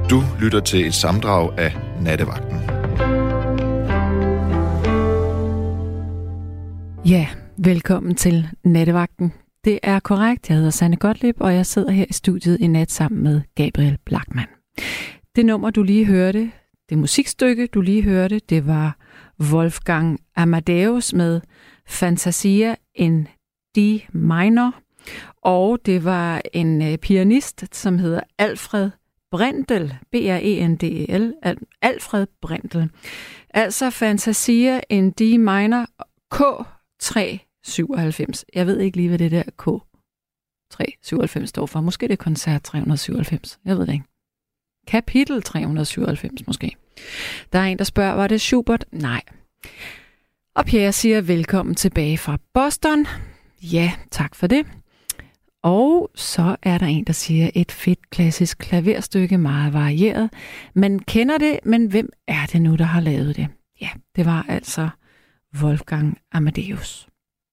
Du lytter til et sammendrag af Nattevagten. Ja, velkommen til Nattevagten. Det er korrekt, jeg hedder Sanne Gottlieb, og jeg sidder her i studiet i nat sammen med Gabriel Blachmann. Det nummer, du lige hørte, det musikstykke, du lige hørte, det var Wolfgang Amadeus med Fantasia in D minor, og det var en pianist, som hedder Alfred Brendel, B-R-E-N-D-E-L, Alfred Brendel. Altså Fantasia in D minor, K397. Jeg ved ikke lige, hvad det der K397 står for. Måske det er koncert 397. Jeg ved det ikke. Kapitel 397 måske. Der er en, der spørger, var det Schubert? Nej. Og Pierre siger, velkommen tilbage fra Boston. Ja, tak for det. Og så er der en, der siger, et fedt klassisk klaverstykke, meget varieret. Man kender det, men hvem er det nu, der har lavet det? Ja, det var altså Wolfgang Amadeus.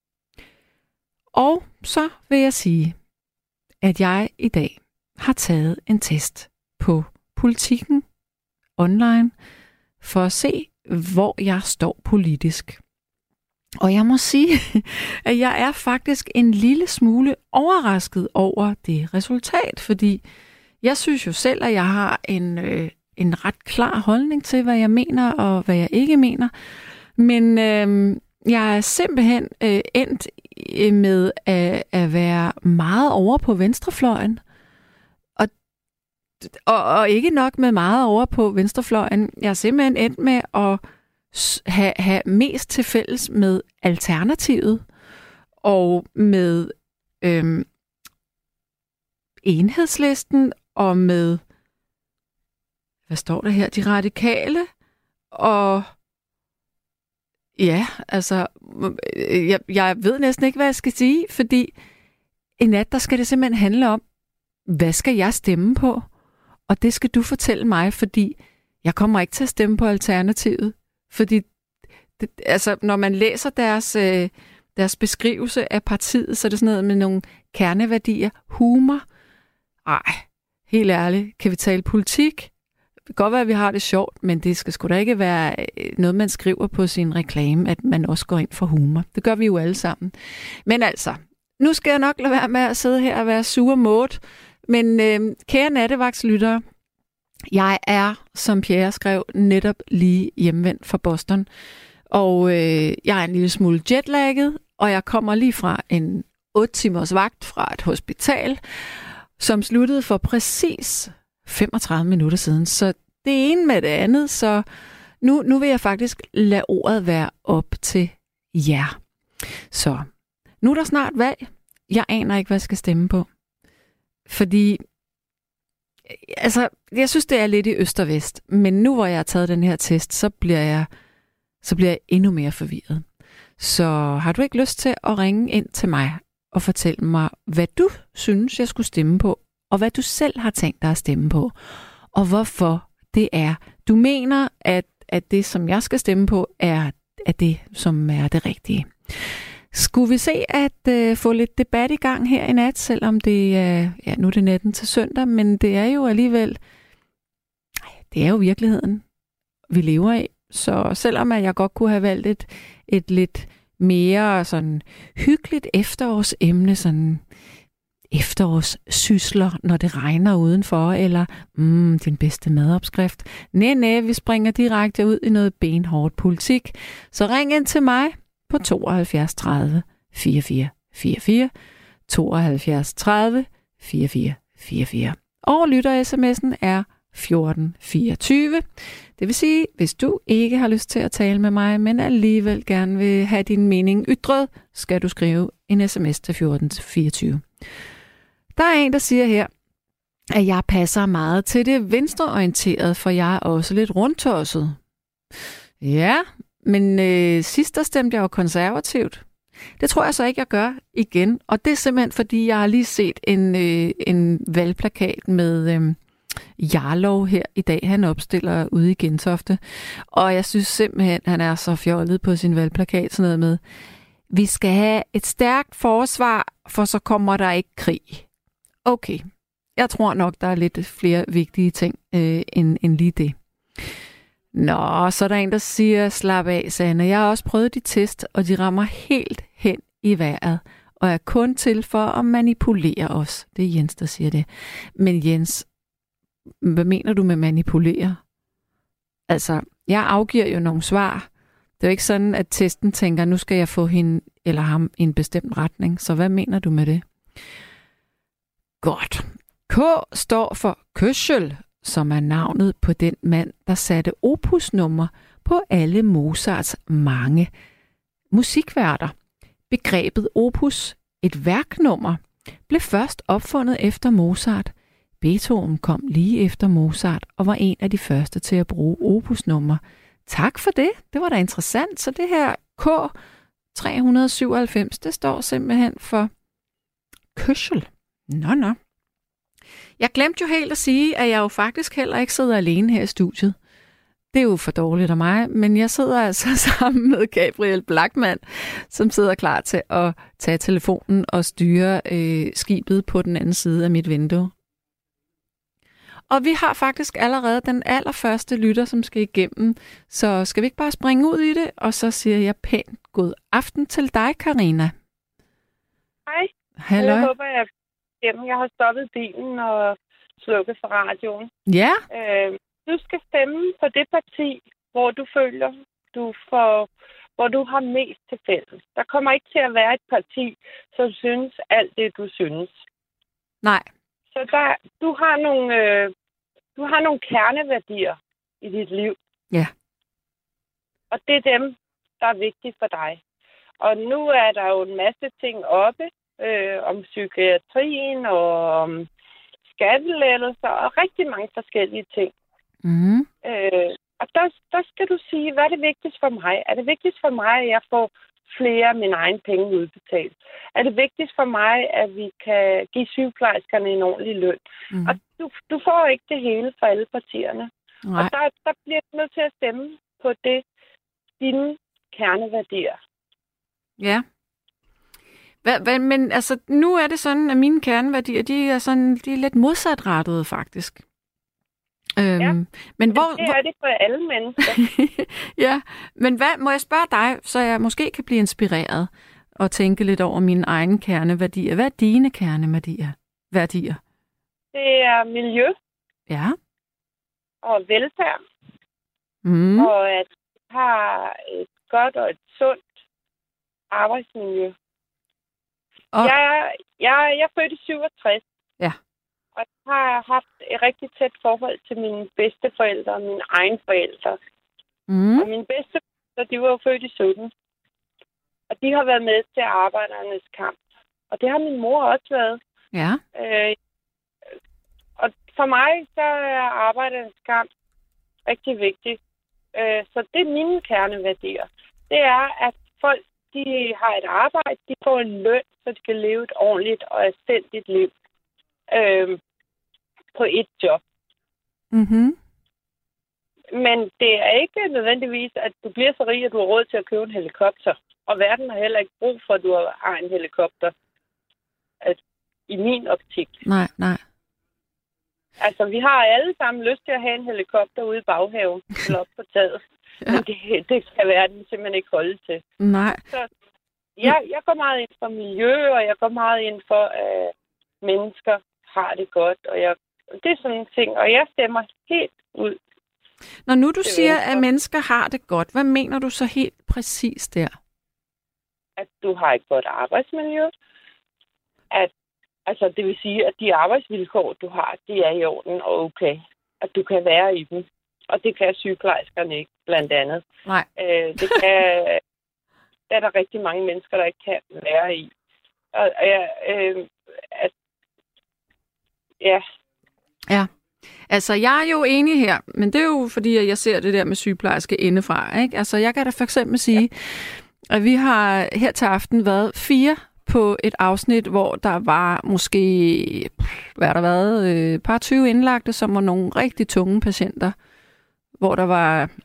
Og så vil jeg sige, at jeg i dag har taget en test på Politikken online for at se, hvor jeg står politisk. Og jeg må sige, at jeg er faktisk en lille smule overrasket over det resultat, fordi jeg synes jo selv, at jeg har en ret klar holdning til, hvad jeg mener og hvad jeg ikke mener. Men jeg er simpelthen endt med at være meget over på venstrefløjen. Og ikke nok med meget over på venstrefløjen. Jeg er simpelthen endt med at have mest til fælles med Alternativet og med Enhedslisten og med, hvad står der her, De Radikale. Og ja, altså, jeg ved næsten ikke, hvad jeg skal sige, fordi i nat, der skal det simpelthen handle om, hvad skal jeg stemme på? Og det skal du fortælle mig, fordi jeg kommer ikke til at stemme på Alternativet. Fordi altså, når man læser deres beskrivelse af partiet, så er det sådan noget med nogle kerneværdier. Humor. Ej, helt ærligt. Kan vi tale politik? Det kan godt være, at vi har det sjovt, men det skal sgu da ikke være noget, man skriver på sin reklame, at man også går ind for humor. Det gør vi jo alle sammen. Men altså, nu skal jeg nok lade være med at sidde her og være sur mode. Men kære nattevagtslyttere, jeg er, som Pierre skrev, netop lige hjemvendt fra Boston. Og jeg er en lille smule jetlagget, og jeg kommer lige fra en 8 timers vagt fra et hospital, som sluttede for præcis 35 minutter siden. Så det ene med det andet, så nu vil jeg faktisk lade ordet være op til jer. Så nu er der snart valg. Jeg aner ikke, hvad jeg skal stemme på. Fordi, altså, jeg synes, det er lidt i øst og vest. Men nu, hvor jeg har taget den her test, så bliver jeg endnu mere forvirret. Så har du ikke lyst til at ringe ind til mig og fortælle mig, hvad du synes, jeg skulle stemme på, og hvad du selv har tænkt dig at stemme på, og hvorfor det er, du mener, at det, som jeg skal stemme på, er det, som er det rigtige. Skulle vi se at få lidt debat i gang her i nat, selvom det er, ja, nu er det natten til søndag, men det er jo alligevel, det er jo virkeligheden, vi lever i. Så selvom jeg godt kunne have valgt et lidt mere sådan hyggeligt efterårsemne, sådan efterårssysler, når det regner udenfor, eller din bedste madopskrift. Nej, vi springer direkte ud i noget benhårdt politik. Så ring ind til mig på 72 30 44 44, 72 30 44 44. Og lytter-sms'en er 1424. Det vil sige, hvis du ikke har lyst til at tale med mig, men alligevel gerne vil have din mening ytret, skal du skrive en sms til 1424. Der er en, der siger her, at jeg passer meget til det venstreorienterede, for jeg er også lidt rundtosset. Ja, men sidst der stemte jeg jo konservativt. Det tror jeg så ikke, jeg gør igen. Og det er simpelthen, fordi jeg har lige set en valgplakat med Jarlov her i dag. Han opstiller ude i Gentofte. Og jeg synes simpelthen, han er så fjollet på sin valgplakat. Sådan noget med, vi skal have et stærkt forsvar, for så kommer der ikke krig. Okay, Jeg tror nok, der er lidt flere vigtige ting end lige det. Nå, så er der en, der siger, slap af, Sanne. Jeg har også prøvet de test, og de rammer helt hen i vejret, og er kun til for at manipulere os. Det er Jens, der siger det. Men Jens, hvad mener du med manipulere? Altså, jeg afgiver jo nogle svar. Det er jo ikke sådan, at testen tænker, nu skal jeg få hende eller ham i en bestemt retning. Så hvad mener du med det? Godt. K står for Köchel, som er navnet på den mand, der satte opusnummer på alle Mozarts mange musikværker. Begrebet opus, et værknummer, blev først opfundet efter Mozart. Beethoven kom lige efter Mozart og var en af de første til at bruge opusnummer. Tak for det. Det var da interessant. Så det her K397, det står simpelthen for Köchel. Nå. Jeg glemte jo helt at sige, at jeg jo faktisk heller ikke sidder alene her i studiet. Det er jo for dårligt af mig, men jeg sidder altså sammen med Gabriel Blachmann, som sidder klar til at tage telefonen og styre skibet på den anden side af mit vindue. Og vi har faktisk allerede den allerførste lytter, som skal igennem. Så skal vi ikke bare springe ud i det, og så siger jeg pænt god aften til dig, Karina. Hej. Hallo. Jeg håber, jeg har stoppet bilen og slukket for radioen. Ja. Du skal stemme på det parti, hvor du føler, hvor du har mest til fælles. Der kommer ikke til at være et parti, som synes alt det, du synes. Nej. Så du har nogle kerneværdier i dit liv. Ja. Og det er dem, der er vigtige for dig. Og nu er der jo en masse ting oppe om psykiatrien og om skattelettelser og rigtig mange forskellige ting. Mm. Og der skal du sige, hvad er det vigtigst for mig? Er det vigtigst for mig, at jeg får flere af mine egne penge udbetalt? Er det vigtigst for mig, at vi kan give sygeplejerskerne en ordentlig løn? Mm. Og du får ikke det hele for alle partierne. Nej. Og der bliver du nødt til at stemme på det, dine kerneværdier. Ja. Men altså, nu er det sådan, at mine kerneværdier, de er lidt modsatrettede, faktisk. Ja, men det er det for alle mennesker. Ja, men hvad må jeg spørge dig, så jeg måske kan blive inspireret og tænke lidt over mine egne kerneværdier. Hvad er dine kerneværdier? Det er miljø. Ja. Og velfærd. Mm. Og at have et godt og et sundt arbejdsmiljø. Og... Jeg er født i 67. Ja. Og jeg har haft et rigtig tæt forhold til mine bedsteforældre og mine egne forældre. Mm. Og mine bedsteforældre, de var jo født i 17. Og de har været med til arbejdernes kamp. Og det har min mor også været. Ja. Og for mig, så er arbejdernes kamp rigtig vigtig. Så det er mine kerneværdier. Det er, at folk, de har et arbejde, de får en løn, så de kan leve et ordentligt og anstændigt liv. På et job. Mm-hmm. Men det er ikke nødvendigvis, at du bliver så rig, at du har råd til at købe en helikopter. Og verden har heller ikke brug for, at du har en helikopter. Altså, i min optik. Nej. Altså, vi har alle sammen lyst til at have en helikopter ude i baghaven, eller op på taget. Ja. Men det skal verden simpelthen ikke holde til. Nej. Så jeg går meget ind for miljø, og jeg går meget ind for, at mennesker har det godt, og det er sådan en ting, og jeg stemmer helt ud. Når nu du siger, at mennesker har det godt, hvad mener du så helt præcis der? At du har et godt arbejdsmiljø. Altså, det vil sige, at de arbejdsvilkår, du har, de er i orden og okay. At du kan være i dem. Og det kan sygeplejerskerne ikke, blandt andet. Nej. Det er der rigtig mange mennesker, der ikke kan være i. Ja. Altså, jeg er jo enig her, men det er jo fordi, at jeg ser det der med sygeplejerske indefra, ikke? Altså, jeg kan da for eksempel sige, at vi har her til aften været 4 på et afsnit, hvor der var måske, et par 20 indlagte, som var nogle rigtig tunge patienter, hvor der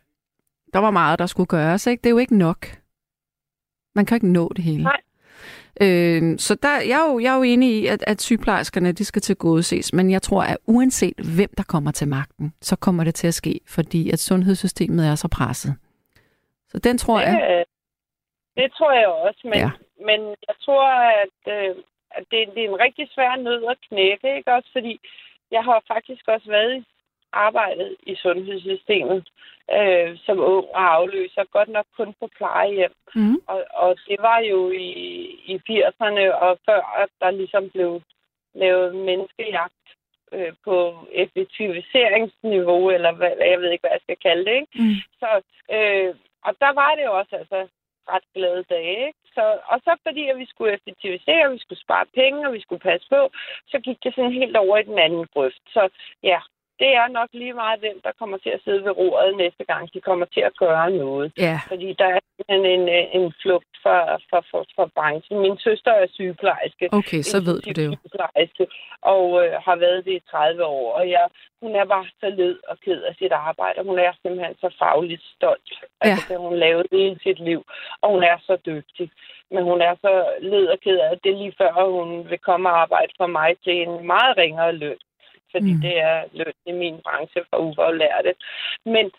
var meget, der skulle gøres, ikke? Det er jo ikke nok. Man kan ikke nå det hele. Nej. Så jeg er jo enig i, at sygeplejerskerne de skal tilgodeses, men jeg tror, at uanset hvem der kommer til magten, så kommer det til at ske, fordi at sundhedssystemet er så presset. Så den tror jeg... Det tror jeg også, men jeg tror, at det er en rigtig svær nød at knække, ikke også? Fordi jeg har faktisk også været arbejdet i sundhedssystemet som ung og afløser, godt nok kun på plejehjem. Og det var jo i 80'erne, og før at der ligesom blev lavet menneskejagt på effektiviseringsniveau, eller jeg ved ikke, hvad jeg skal kalde det, ikke? Så, og der var det jo også altså ret glade dage, ikke? Og så fordi, at vi skulle effektivisere, vi skulle spare penge, og vi skulle passe på, så gik det sådan helt over i den anden grøft. Så ja, det er nok lige meget hvem, der kommer til at sidde ved roret næste gang. De kommer til at gøre noget. Yeah. Fordi der er en flugt fra branchen. Min søster er sygeplejerske. Okay, så ved du det jo. Og har været det i 30 år. Og hun er bare så led og ked af sit arbejde. Hun er simpelthen så fagligt stolt. Altså, det hun lavede det i sit liv. Og hun er så dygtig. Men hun er så led og ked af det lige før, hun vil komme og arbejde for mig til en meget ringere løn. Fordi det er løn i min branche for ufaglærte. Men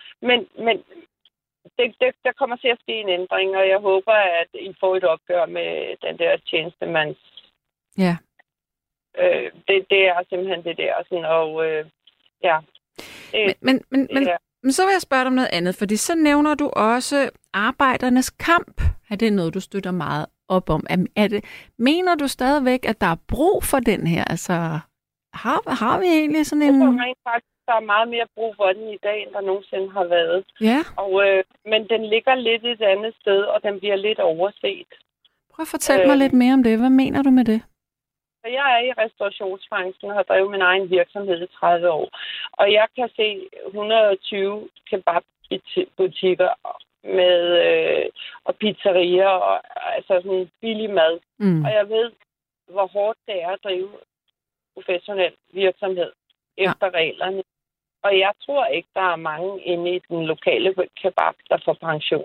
der kommer til at ske en ændring, og jeg håber, at I får et opgør med den der tjenestemands... Ja. Det er simpelthen det der. Sådan, og ja. Men så vil jeg spørge dig om noget andet, fordi så nævner du også arbejdernes kamp. Er det noget, du støtter meget op om? Mener du stadigvæk, at der er brug for den her? Altså... Har vi egentlig sådan en... Jeg tror rent faktisk, der er meget mere brug for den i dag, end der nogensinde har været. Ja. Men den ligger lidt et andet sted, og den bliver lidt overset. Prøv at fortælle mig lidt mere om det. Hvad mener du med det? Jeg er i restaurationsbranchen og har drevet min egen virksomhed i 30 år. Og jeg kan se 120 kebabbutikker med og pizzerier og altså sådan billig mad. Og jeg ved, hvor hårdt det er at drive professionel virksomhed efter reglerne. Og jeg tror ikke, der er mange inde i den lokale kebab, der får pension.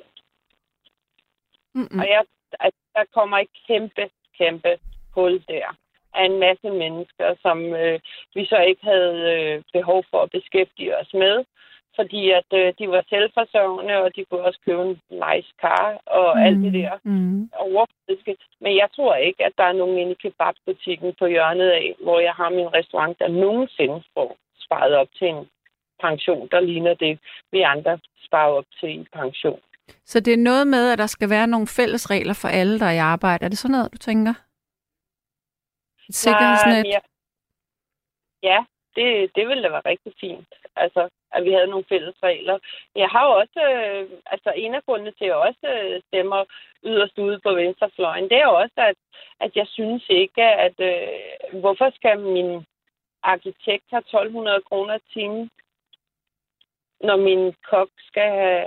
Og der kommer et kæmpe hul der af en masse mennesker, som vi så ikke havde behov for at beskæftige os med, fordi at de var selvforsørgende, og de kunne også købe en nice car og alt det der overfladiske. Men jeg tror ikke, at der er nogen inde i kebabbutikken på hjørnet af, hvor jeg har min restaurant, der nogensinde får sparet op til en pension, der ligner det, vi andre sparer op til en pension. Så det er noget med, at der skal være nogle fælles regler for alle, der er i arbejde. Er det sådan noget, du tænker? Et sikkerhedsnet? Ja, det ville da være rigtig fint. Altså, at vi havde nogle fælles regler. Jeg har jo også, en af grundene til, at jeg også stemmer yderst ude på venstrefløjen, det er jo også, at jeg synes ikke, at hvorfor skal min arkitekt have 1.200 kroner i timen, når min kok skal have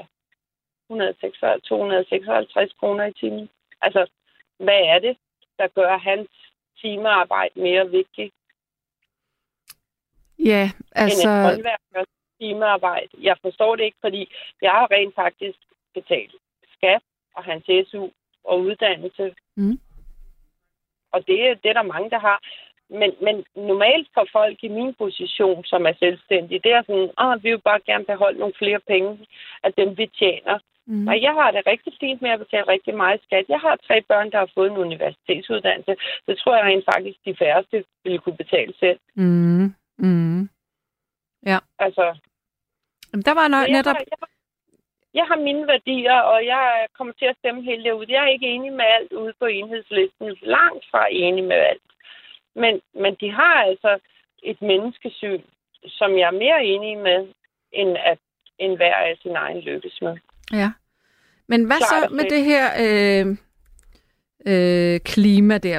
256 kroner i timen? Altså, hvad er det, der gør hans timearbejde mere vigtigt? Ja, altså... end et håndværkers timearbejde. Jeg forstår det ikke, fordi jeg har rent faktisk betalt skat og hans SU og uddannelse. Og det er der mange, der har. Men normalt for folk i min position, som er selvstændige, det er sådan, vi vil bare gerne beholde nogle flere penge af dem, vi tjener. Og jeg har det rigtig fint med at betale rigtig meget skat. Jeg har 3 børn, der har fået en universitetsuddannelse. Det tror jeg rent faktisk, de færreste ville kunne betale selv. Ja. Altså, der var netop... Jeg har mine værdier, og jeg kommer til at stemme helt derud. Jeg er ikke enig med alt ude på Enhedslisten. Langt fra enig med alt. Men de har altså et menneskesyn, som jeg er mere enig med, end hver af sin egen lykkes med. Ja. Men hvad så med det her klima der?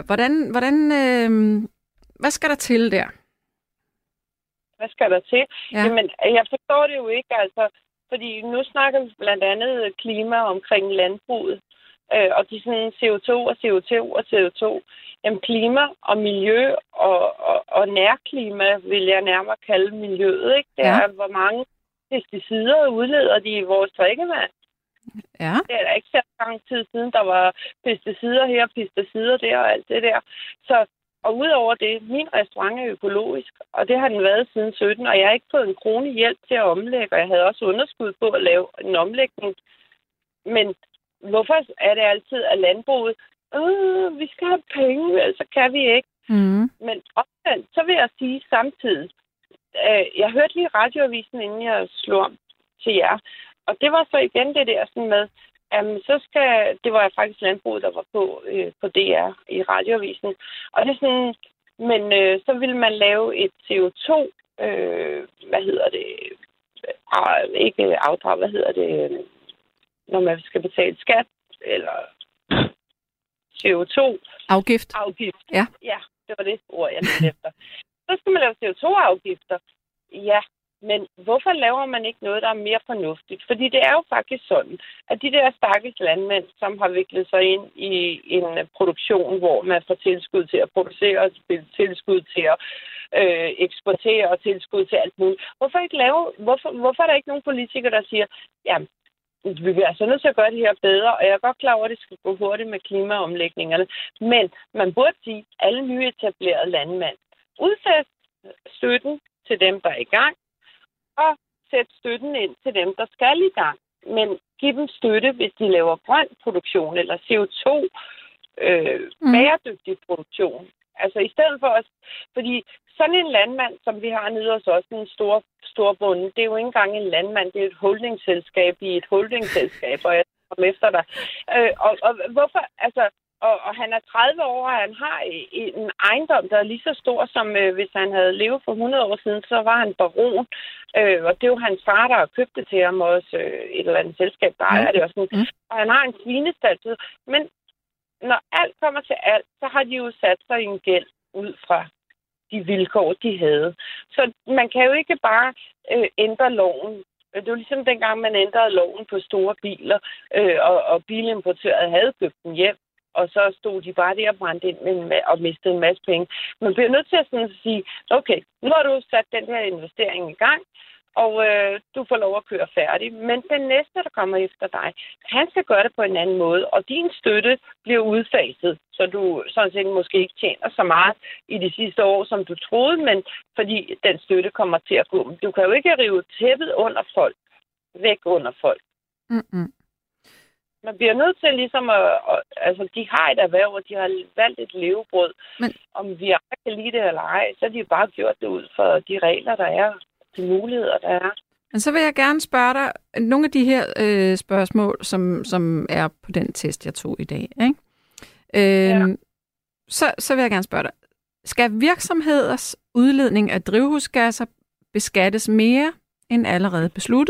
Hvad skal der til der? Hvad skal der til? Ja. Jamen, jeg forstår det jo ikke, altså. Fordi nu snakker vi blandt andet klima omkring landbruget. Og de sådan CO2 og CO2 og CO2. Jamen, klima og miljø og nærklima vil jeg nærmere kalde miljøet, ikke? Det er, hvor mange pesticider udleder de i vores drikkevand. Ja. Det er da ikke så lang tid siden, der var pesticider her, pesticider der og alt det der. Så, og udover det, min restaurant er økologisk, og det har den været siden 17, og jeg har ikke fået en krone hjælp til at omlægge, og jeg havde også underskud på at lave en omlægning. Men hvorfor er det altid, at landbruget, vi skal have penge, ellers kan vi ikke. Mm. Men omvendt, så vil jeg sige samtidig, jeg hørte lige radioavisen, inden jeg slog om til jer, og det var så igen det der sådan med, det var faktisk landbruget, der var på DR i radioavisen, og det er sådan, men så ville man lave et CO2, ikke afdrag, når man skal betale skat, eller CO2. Afgift. Ja. Ja, det var det ord, jeg ledte efter. Så skal man lave CO2-afgifter. Ja, men hvorfor laver man ikke noget, der er mere fornuftigt? Fordi det er jo faktisk sådan, at de der stakkels landmænd, som har viklet sig ind i en produktion, hvor man får tilskud til at producere, og tilskud til at eksportere og tilskud til alt muligt. Hvorfor er der ikke nogen politikere, der siger, jamen, vi er altså nødt til at gøre det her bedre, og jeg er godt klar over, at det skal gå hurtigt med klimaomlægningerne. Men man burde sige, at alle nyetablerede landmænd udsæt støtten til dem, der er i gang, og sæt støtten ind til dem, der skal i gang. Men giv dem støtte, hvis de laver grøn produktion eller CO2 bæredygtig produktion. Altså i stedet for os, fordi sådan en landmand, som vi har nede hos os, en stor bonde, det er jo ikke engang en landmand, det er et holdingselskab i et holdingselskab, og jeg kommer efter dig. Og hvorfor, altså, og han er 30 år, og han har en ejendom, der er lige så stor, som hvis han havde levet for 100 år siden, så var han baron. Og det er jo hans far, der har købt det til ham også, et eller andet selskab, der ejer det også. Og han har en svinestald. Men når alt kommer til alt, så har de jo sat sig i en gæld ud fra de vilkår, de havde. Så man kan jo ikke bare ændre loven. Det var ligesom dengang, man ændrede loven på store biler, og bilimportører havde købt dem hjem, og så stod de bare der og brændte ind og mistede en masse penge. Man bliver nødt til at sådan sige, okay, nu har du sat den her investering i gang, og du får lov at køre færdig. Men den næste, der kommer efter dig, han skal gøre det på en anden måde, og din støtte bliver udfaset, så du sådan set måske ikke tjener så meget i de sidste år, som du troede, men fordi den støtte kommer til at gå. Du kan jo ikke rive tæppet væk under folk. Mm-mm. Man bliver nødt til ligesom altså de har et erhverv, og de har valgt et levebrød. Men om vi andre kan lide det eller ej, så har de bare gjort det ud for de regler, der er, de muligheder, der er. Men så vil jeg gerne spørge dig, nogle af de her spørgsmål, som er på den test, jeg tog i dag, ikke? Så vil jeg gerne spørge dig, skal virksomheders udledning af drivhusgasser beskattes mere end allerede besluttet?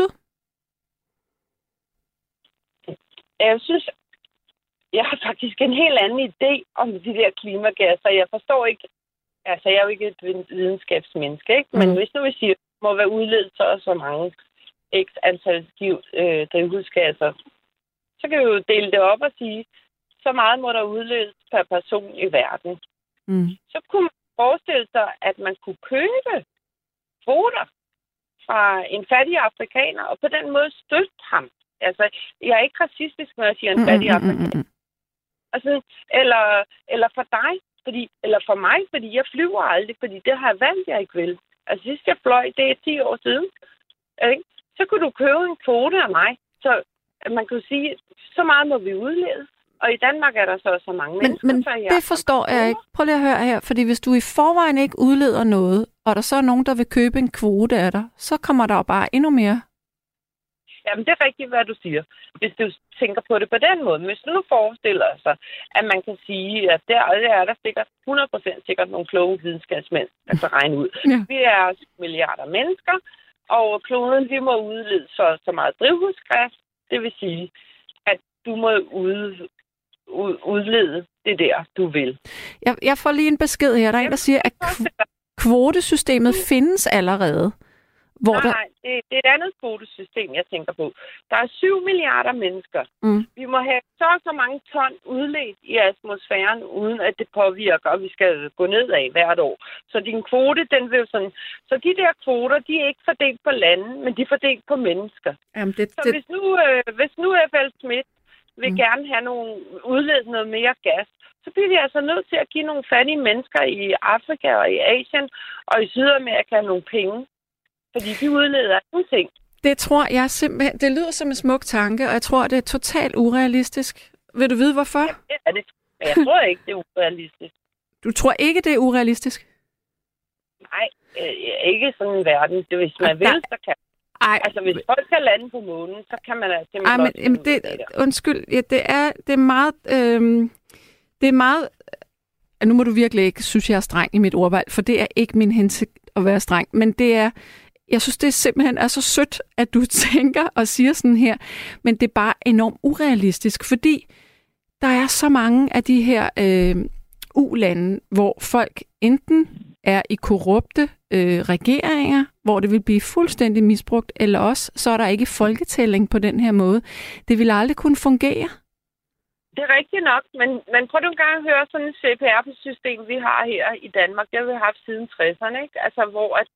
Jeg synes, jeg har faktisk en helt anden idé om de der klimagasser. Jeg forstår ikke, altså jeg er jo ikke et videnskabsmenneske, ikke? Men hvis nu vi siger, at der må være udledt så mange x antal drivhusgasser, så kan vi jo dele det op og sige, så meget må der udledes per person i verden. Så kunne man forestille sig, at man kunne købe kvoter fra en fattig afrikaner, og på den måde støtte ham. Altså, jeg er ikke racistisk, når jeg siger en fattig afrikaner. Altså, eller for dig, eller for mig, fordi jeg flyver aldrig, fordi det har jeg valgt, jeg ikke vil. Altså, sidst jeg fløj, det er 10 år siden. Ikke? Så kunne du købe en kvote af mig. Så man kunne sige, så meget må vi udlede. Og i Danmark er der så mange mennesker. Men det forstår jeg ikke. Prøv lige at høre her. Fordi hvis du i forvejen ikke udleder noget, og der så er nogen, der vil købe en kvote af dig, så kommer der jo bare endnu mere. Jamen, det er rigtigt, hvad du siger. Hvis du tænker på det på den måde. Hvis du nu forestiller sig, at man kan sige, at der er der sikkert 100% sikkert nogle kloge videnskabsmænd, der kan regne ud. Ja. Vi er milliarder mennesker, og kloden, vi må udlede så meget drivhusgas. Det vil sige, at du må udlede det der, du vil. Jeg får lige en besked her. Der er en, der siger, at kvotesystemet findes allerede. Nej, det er et andet kvotesystem, jeg tænker på. Der er 7 milliarder mennesker. Vi må have så mange ton udledt i atmosfæren, uden at det påvirker, og vi skal gå nedad hvert år. Så din kvote, den vil sådan... Så de der kvoter, de er ikke fordelt på lande, men de er fordelt på mennesker. Jamen, Hvis nu F.L. Schmidt vil gerne have udledt noget mere gas, så bliver vi altså nødt til at give nogle fattige mennesker i Afrika og i Asien og i Sydamerika nogle penge. Fordi de udleder ingenting. Det tror jeg simpelthen... Det lyder som en smuk tanke, og jeg tror, det er totalt urealistisk. Vil du vide, hvorfor? Ja, det er det. Men jeg tror ikke, det er urealistisk. Du tror ikke, det er urealistisk? Nej, ikke sådan en verden. Det, hvis man vil, så kan. Ej. Altså, hvis folk kan lande på månen, så kan man simpelthen... Undskyld, ja, det er meget... det er meget... Nu må du virkelig ikke synes, jeg er streng i mit ordvalg, for det er ikke min hensigt at være streng. Men det er... Jeg synes, det simpelthen er så sødt, at du tænker og siger sådan her. Men det er bare enormt urealistisk, fordi der er så mange af de her u-lande, hvor folk enten er i korrupte regeringer, hvor det vil blive fuldstændig misbrugt, eller også så er der ikke folketælling på den her måde. Det vil aldrig kunne fungere. Det er rigtigt nok, men prøv du en gang at høre sådan et CPR-system, vi har her i Danmark. Det har vi haft siden 60'erne, ikke? Altså, hvor at...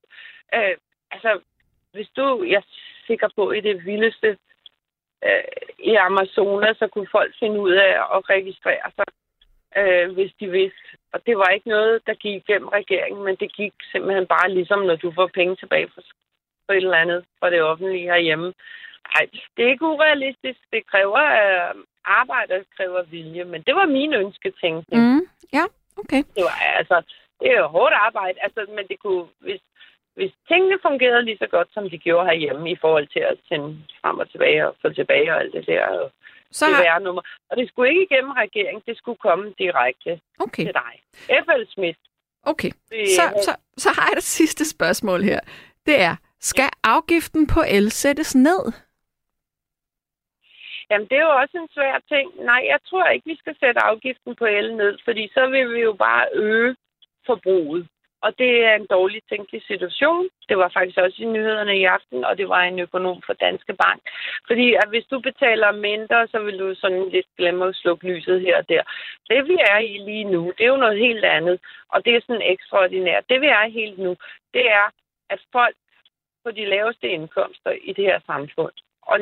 hvis jeg er sikker på, i det vildeste i Amazonas, så kunne folk finde ud af at registrere sig, hvis de vidste. Og det var ikke noget, der gik igennem regeringen, men det gik simpelthen bare ligesom, når du får penge tilbage for et eller andet fra det offentlige herhjemme. Nej, det er ikke urealistisk. Det kræver arbejde, det kræver vilje, men det var min ønsketænkning. Ja, okay. Det er jo hårdt arbejde, men det kunne, hvis tingene fungerede lige så godt, som de gjorde herhjemme, i forhold til at sende frem og tilbage og få tilbage og alt det der CVR-nummer. Og det skulle ikke igennem regeringen, det skulle komme direkte til dig. F.L. Schmidt. Okay, så har jeg det sidste spørgsmål her. Det er, skal afgiften på el sættes ned? Jamen, det er jo også en svær ting. Nej, jeg tror ikke, vi skal sætte afgiften på el ned, fordi så vil vi jo bare øge forbruget. Og det er en dårlig tænkelig situation. Det var faktisk også i nyhederne i aften, og det var en økonom for Danske Bank. Fordi at hvis du betaler mindre, så vil du sådan lidt glemme at slukke lyset her og der. Det vi er i lige nu, det er jo noget helt andet. Og det er sådan ekstraordinært. Det vi er i helt nu, det er, at folk på de laveste indkomster i det her samfund, og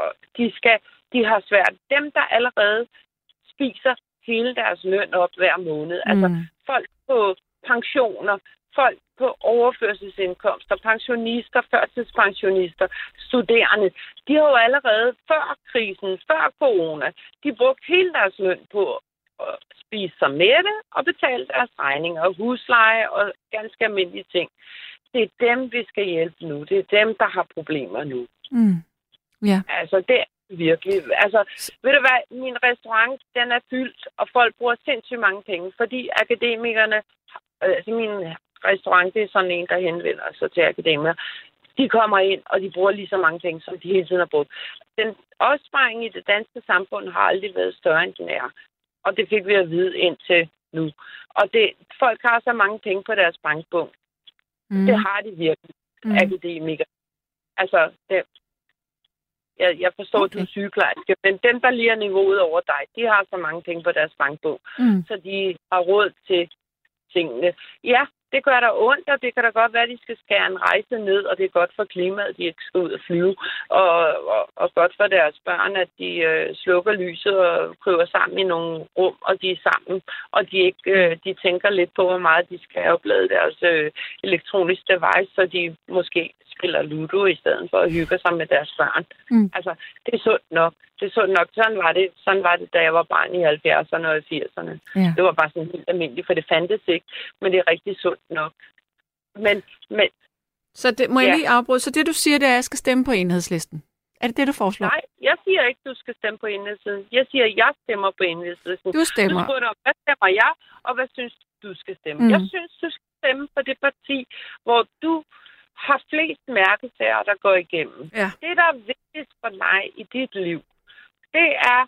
de har svært. Dem, der allerede spiser hele deres løn op hver måned. Altså folk på pensioner, folk på overførselsindkomster, pensionister, førtidspensionister, studerende. De har jo allerede før krisen, før corona, de brugte hele deres løn på at spise sig mætte og betale deres regninger og husleje og ganske almindelige ting. Det er dem, vi skal hjælpe nu. Det er dem, der har problemer nu. Ja. Altså, det er virkelig... Altså, ved du hvad? Min restaurant, den er fyldt, og folk bruger sindssygt mange penge, fordi akademikerne... Altså, min restaurant, det er sådan en, der henvender sig til akademikere. De kommer ind, og de bruger lige så mange penge, som de hele tiden har brugt. Den opsparing i det danske samfund har aldrig været større, end den er. Og det fik vi at vide indtil nu. Og folk har så mange penge på deres bankbog. Det har de virkelig, akademikere. Altså, jeg forstår, at du er sygeplejerske, men dem, der lige er niveauet over dig, de har så mange penge på deres bankbog, så de har råd til tingene. Ja, det gør der ondt, og det kan da godt være, at de skal skære en rejse ned, og det er godt for klimaet, at de ikke skal ud og flyve, og godt for deres børn, at de slukker lyset og kryber sammen i nogle rum, og de er sammen, og de tænker lidt på, hvor meget de skal oplade deres elektroniske device, så de måske spiller Ludo i stedet for at hygge sig med deres børn. Altså, det er sundt nok. Det er sundt nok. Sådan var det, da jeg var barn i 70'erne og 80'erne. Ja. Det var bare sådan helt almindeligt, for det fandtes ikke. Men det er rigtig sundt nok. Men så det, må jeg lige afbryde? Så det, du siger, det er, at jeg skal stemme på Enhedslisten? Er det det, du foreslår? Nej, jeg siger ikke, du skal stemme på Enhedslisten. Jeg siger, at jeg stemmer på Enhedslisten. Du stemmer. Du spurgte om, hvad stemmer jeg, og hvad synes du skal stemme? Jeg synes, du skal stemme på det parti, hvor du har flest mærkesager, der går igennem. Ja. Det, der er vigtigst for dig i dit liv, det er,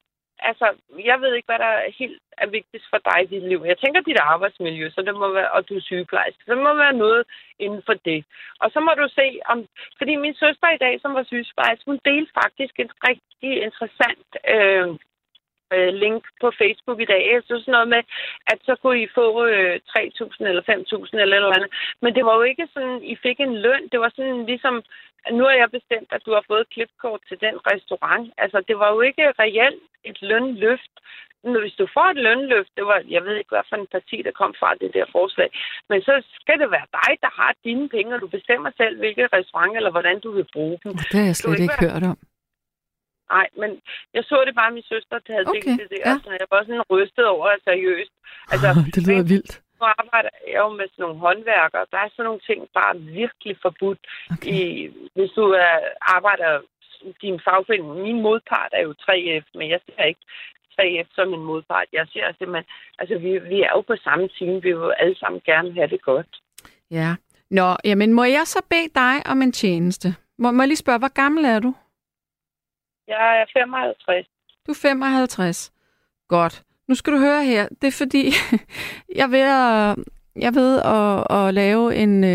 altså, jeg ved ikke, hvad der helt er vigtigst for dig i dit liv. Jeg tænker dit arbejdsmiljø, så det må være, og du er sygeplejerske, så det må være noget inden for det. Og så må du se om, fordi min søster i dag, som var sygeplejerske, hun delte faktisk en rigtig interessant link på Facebook i dag. Så sådan noget med, at så kunne I få 3.000 eller 5.000 eller andet. Men det var jo ikke sådan, I fik en løn. Det var sådan ligesom, nu har jeg bestemt, at du har fået klipkort til den restaurant. Altså, det var jo ikke reelt et lønløft. Hvis du får et lønløft, det var, jeg ved ikke, hvad for en parti, der kom fra det der forslag, men så skal det være dig, der har dine penge, og du bestemmer selv, hvilket restaurant eller hvordan du vil bruge dem. Det har jeg slet ikke hørt om. Nej, men jeg så det bare, min søster havde delt det der, ja. Så jeg var sådan rystet over seriøst. Altså, det lyder vildt. Nu arbejder jeg jo med sådan nogle håndværkere. Der er sådan nogle ting bare virkelig forbudt. Okay. Hvis du arbejder din fagforening. Min modpart er jo 3F, men jeg ser ikke 3F som en modpart. Jeg ser simpelthen, altså vi er jo på samme team. Vi vil jo alle sammen gerne have det godt. Ja. Nå, jamen må jeg så bede dig om en tjeneste? Må jeg lige spørge, hvor gammel er du? Jeg er 55. Du er 55. Godt. Nu skal du høre her. Det er fordi, jeg ved at lave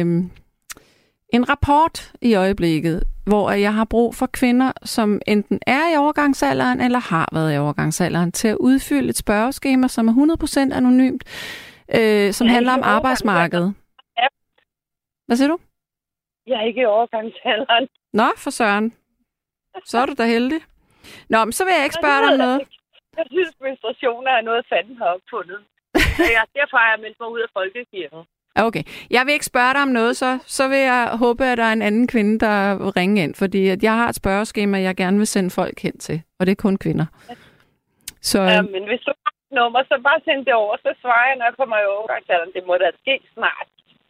en rapport i øjeblikket, hvor jeg har brug for kvinder, som enten er i overgangsalderen eller har været i overgangsalderen, til at udfylde et spørgeskema, som er 100% anonymt, som handler om arbejdsmarkedet. Hvad siger du? Jeg er ikke i overgangsalderen. Nå, for søren. Så er du da heldig. Nå, men så vil jeg ikke spørge dig om noget. Jeg synes, menstruationer er noget, fanden har opfundet. Derfor har jeg meldt mig ud af folkekirken. Okay. Jeg vil ikke spørge dig om noget, så vil jeg håbe, at der er en anden kvinde, der ringer ind. Fordi at jeg har et spørgeskema, jeg gerne vil sende folk hen til. Og det er kun kvinder. Så, ja, men hvis du har et nummer, så bare send det over. Så svarer jeg, når jeg kommer i overgangsalderen. Det må da ske snart.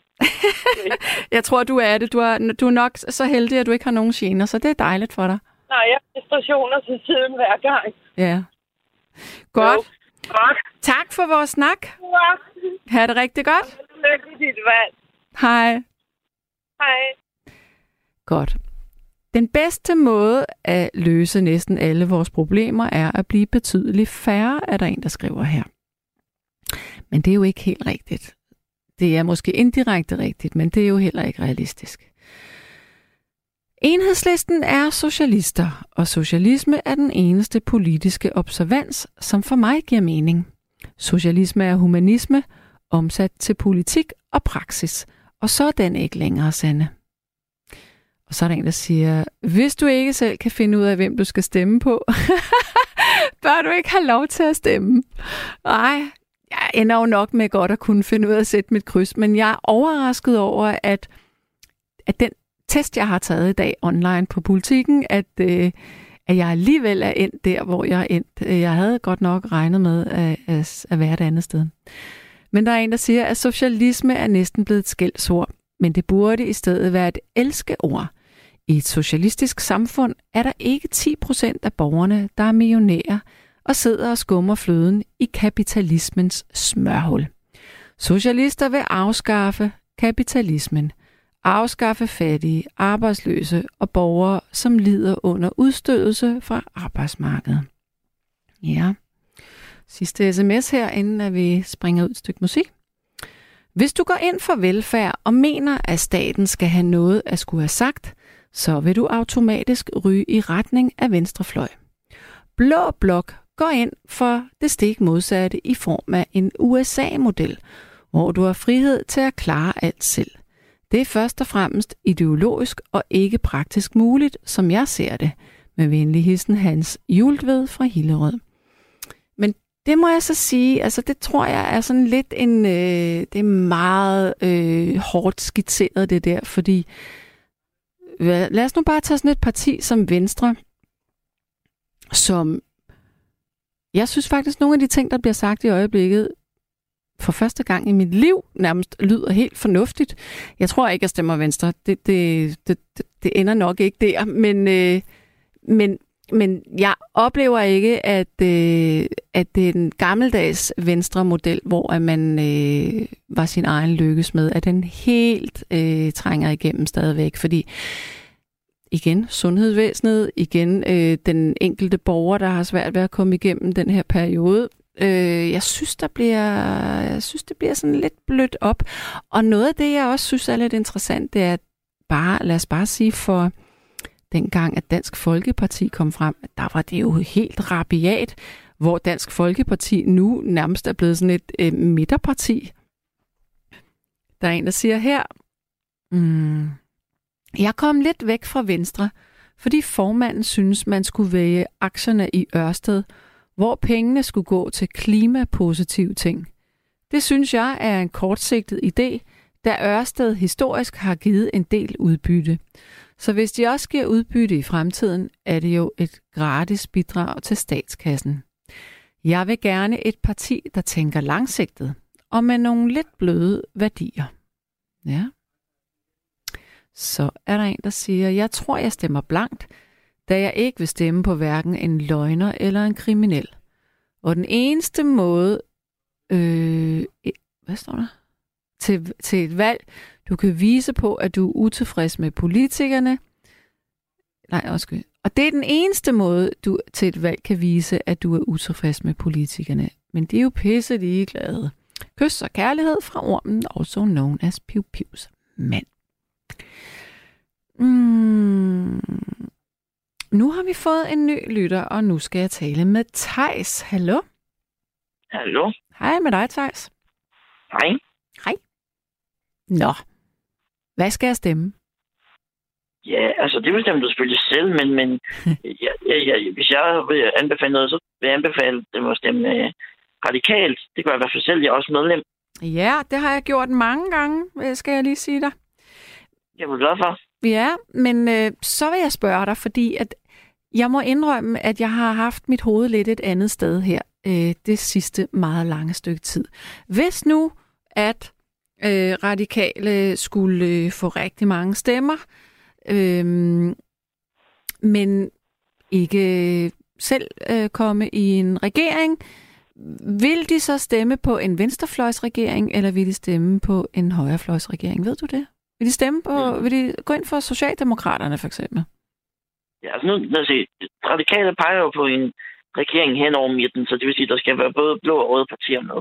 Jeg tror, du er det. Du er nok så heldig, at du ikke har nogen gener, så det er dejligt for dig. Nej, jeg har menstruationer til tiden hver gang. Ja. Godt. Tak for vores snak. Ha' det rigtig godt. Lykke med dit valg. Hej. Hej. Godt. Den bedste måde at løse næsten alle vores problemer er at blive betydeligt færre, er der en, der skriver her. Men det er jo ikke helt rigtigt. Det er måske indirekte rigtigt, men det er jo heller ikke realistisk. Enhedslisten er socialister, og socialisme er den eneste politiske observans, som for mig giver mening. Socialisme er humanisme, omsat til politik og praksis, og så er den ikke længere sande. Og så er der en, der siger, hvis du ikke selv kan finde ud af, hvem du skal stemme på, bør du ikke have lov til at stemme. Nej, jeg ender jo nok med godt at kunne finde ud af at sætte mit kryds, men jeg er overrasket over, at den test, jeg har taget i dag online på Politikken, at jeg alligevel er endt der, hvor jeg er endt. Jeg havde godt nok regnet med at være et andet sted. Men der er en, der siger, at socialisme er næsten blevet et skældsord, men det burde i stedet være et elskeord. I et socialistisk samfund er der ikke 10% af borgerne, der er millionærer og sidder og skummer fløden i kapitalismens smørhul. Socialister vil afskaffe kapitalismen. Afskaffe fattige, arbejdsløse og borgere, som lider under udstødelse fra arbejdsmarkedet. Ja. Sidste sms her, inden at vi springer ud et stykke musik. Hvis du går ind for velfærd og mener, at staten skal have noget at skulle have sagt, så vil du automatisk ryge i retning af venstrefløj. Blå blok går ind for det stik modsatte i form af en USA-model, hvor du har frihed til at klare alt selv. Det er først og fremmest ideologisk og ikke praktisk muligt, som jeg ser det, med venlig hilsen Hans Jultved fra Hillerød. Men det må jeg så sige, altså det tror jeg er sådan lidt det er meget hårdt skitseret det der, fordi lad os nu bare tage sådan et parti som Venstre, som jeg synes faktisk nogle af de ting, der bliver sagt i øjeblikket, for første gang i mit liv nærmest lyder helt fornuftigt. Jeg tror ikke, jeg stemmer Venstre. Det ender nok ikke der. Men jeg oplever ikke, at det er en gammeldags Venstre-model, hvor man var sin egen lykkes med, at den helt trænger igennem stadigvæk. Fordi igen sundhedsvæsenet, igen den enkelte borger, der har svært ved at komme igennem den her periode. Jeg synes, det bliver sådan lidt blødt op. Og noget af det, jeg også synes er lidt interessant, det er lad os bare sige, for dengang, at Dansk Folkeparti kom frem, der var det jo helt rabiat, hvor Dansk Folkeparti nu nærmest er blevet sådan et midterparti. Der er en, der siger her, jeg kom lidt væk fra Venstre, fordi formanden synes, man skulle vælge aktierne i Ørsted, hvor pengene skulle gå til klimapositive ting. Det synes jeg er en kortsigtet idé, da Ørsted historisk har givet en del udbytte. Så hvis de også giver udbytte i fremtiden, er det jo et gratis bidrag til statskassen. Jeg vil gerne et parti, der tænker langsigtet, og med nogle lidt bløde værdier. Ja. Så er der en, der siger, jeg tror, jeg stemmer blankt, da jeg ikke vil stemme på hverken en løgner eller en kriminel. Og den eneste måde, hvad står der? Til et valg, du kan vise på, at du er utilfreds med politikerne. Og det er den eneste måde, du til et valg kan vise, at du er utilfreds med politikerne. Men de er jo pisse ligeglade. Kys og kærlighed fra ormen, also known as Piu Pius mand. Nu har vi fået en ny lytter, og nu skal jeg tale med Theis. Hallo? Hallo? Hej med dig, Theis. Hej. Hej. Nå, hvad skal jeg stemme? Ja, altså det bestemmer du selvfølgelig selv, men hvis jeg vil anbefale noget, så vil jeg anbefale dem at stemme radikalt. Det gør jeg i hvert fald selv, jeg er også medlem. Ja, det har jeg gjort mange gange, skal jeg lige sige dig. Jeg er glad for. Ja, men så vil jeg spørge dig, fordi at jeg må indrømme, at jeg har haft mit hoved lidt et andet sted her det sidste meget lange stykke tid. Hvis nu, at radikale skulle få rigtig mange stemmer, men ikke selv komme i en regering, vil de så stemme på en venstrefløjsregering, eller vil de stemme på en højrefløjsregering? Ved du det? Vil de stemme på, vil de gå ind for Socialdemokraterne for eksempel? Ja, altså nu, lad os se, radikale peger jo på en regering hen over midten, så det vil sige, at der skal være både blå og røde partier med.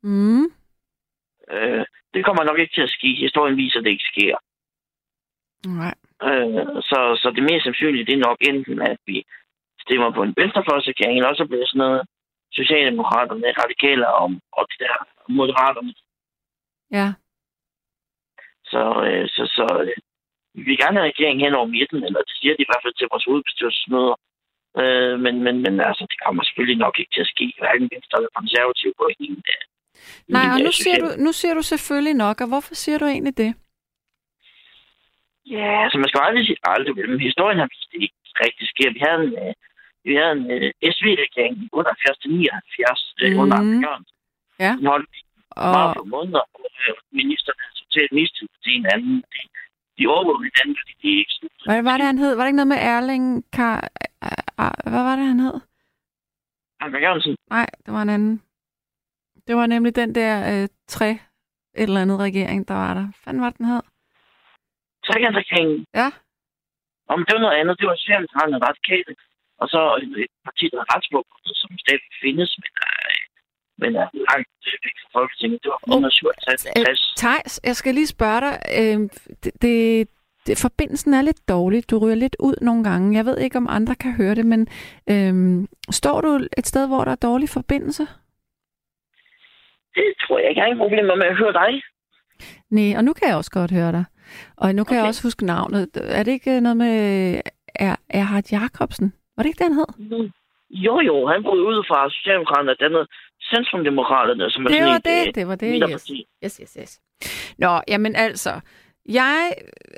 Det kommer nok ikke til at ske. Historien viser, at det ikke sker. Nej. Så det mest sandsynlige, det er nok enten, at vi stemmer på en venstrefløjsregering, eller også bliver sådan noget Socialdemokraterne, radikale og de der Moderaterne. Ja. Så vi vil gerne have regeringen hen over midten, eller det siger de i hvert fald til vores hovedbestyrelsesmøder. Men altså, det kommer selvfølgelig nok ikke til at ske, hverken venstre eller konservativ på en. Nej, og nu siger du selvfølgelig nok, og hvorfor siger du egentlig det? Ja, altså man skal aldrig sige aldrig, men historien har vist, det ikke rigtig sker. Vi havde en SV-regering i 78-79 under Anker Jørgensen. Ja. Den holdt meget på måneder, og ministerne havde totalt mistid til en anden. De overvågede hinanden, fordi de ikke sluttede. Hvad var det, han hed? Var det ikke noget med Erling hvad var det, han hed? Anker Jørgensen? Nej, det var en anden. Det var nemlig den der et eller andet regering, der var der. Hvad fanden var det, den hed? Trekantsregeringen? Ja. Om det var noget andet. Det var Socialdemokraterne radikale. Og så et parti, der er retsbukket, som stadig findes, men er langt væk fra Folketinget. Det var 157. Theis, jeg skal lige spørge dig. Forbindelsen er lidt dårlig. Du ryger lidt ud nogle gange. Jeg ved ikke, om andre kan høre det, men står du et sted, hvor der er dårlig forbindelse? Det tror jeg ikke. Jeg har ingen problemer med at høre dig. Nej, og nu kan jeg også godt høre dig. Og nu kan jeg også huske navnet. Er det ikke noget med Erhard Jacobsen? Var det ikke det, han hed? Jo, han brød ud fra Socialdemokraterne, og dannede Centrumdemokraterne, som er det var det. Yes. Nå, jamen altså, jeg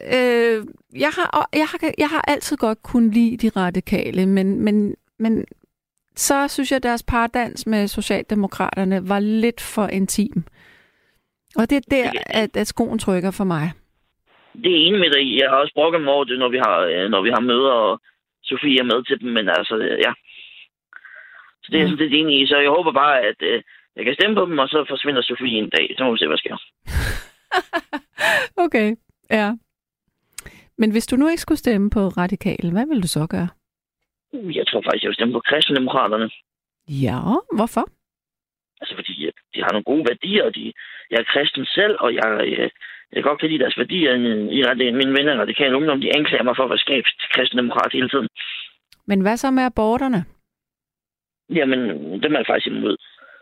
har altid godt kunnet lide de radikale, men så synes jeg, at deres pardans med Socialdemokraterne var lidt for intim. Og det er der, at skoen trykker for mig. Det er enig med dig. Jeg har også brokket mig over det, når vi har møder, og Sofie er med til dem, men altså, ja. Så det er sådan lidt enig i. Så jeg håber bare, at jeg kan stemme på dem, og så forsvinder Sofie en dag. Så må vi se, hvad sker. Okay, ja. Men hvis du nu ikke skulle stemme på Radikale, hvad ville du så gøre? Jeg tror faktisk, jeg vil stemme på Kristendemokraterne. Ja, hvorfor? Altså, fordi de har nogle gode værdier, og jeg er kristen selv, og jeg kan godt lide deres værdier. Mine venner i Radikale Ungdom, de anklager mig for at være Kristendemokrat hele tiden. Men hvad så med aborterne? Jamen, dem er jeg faktisk imod.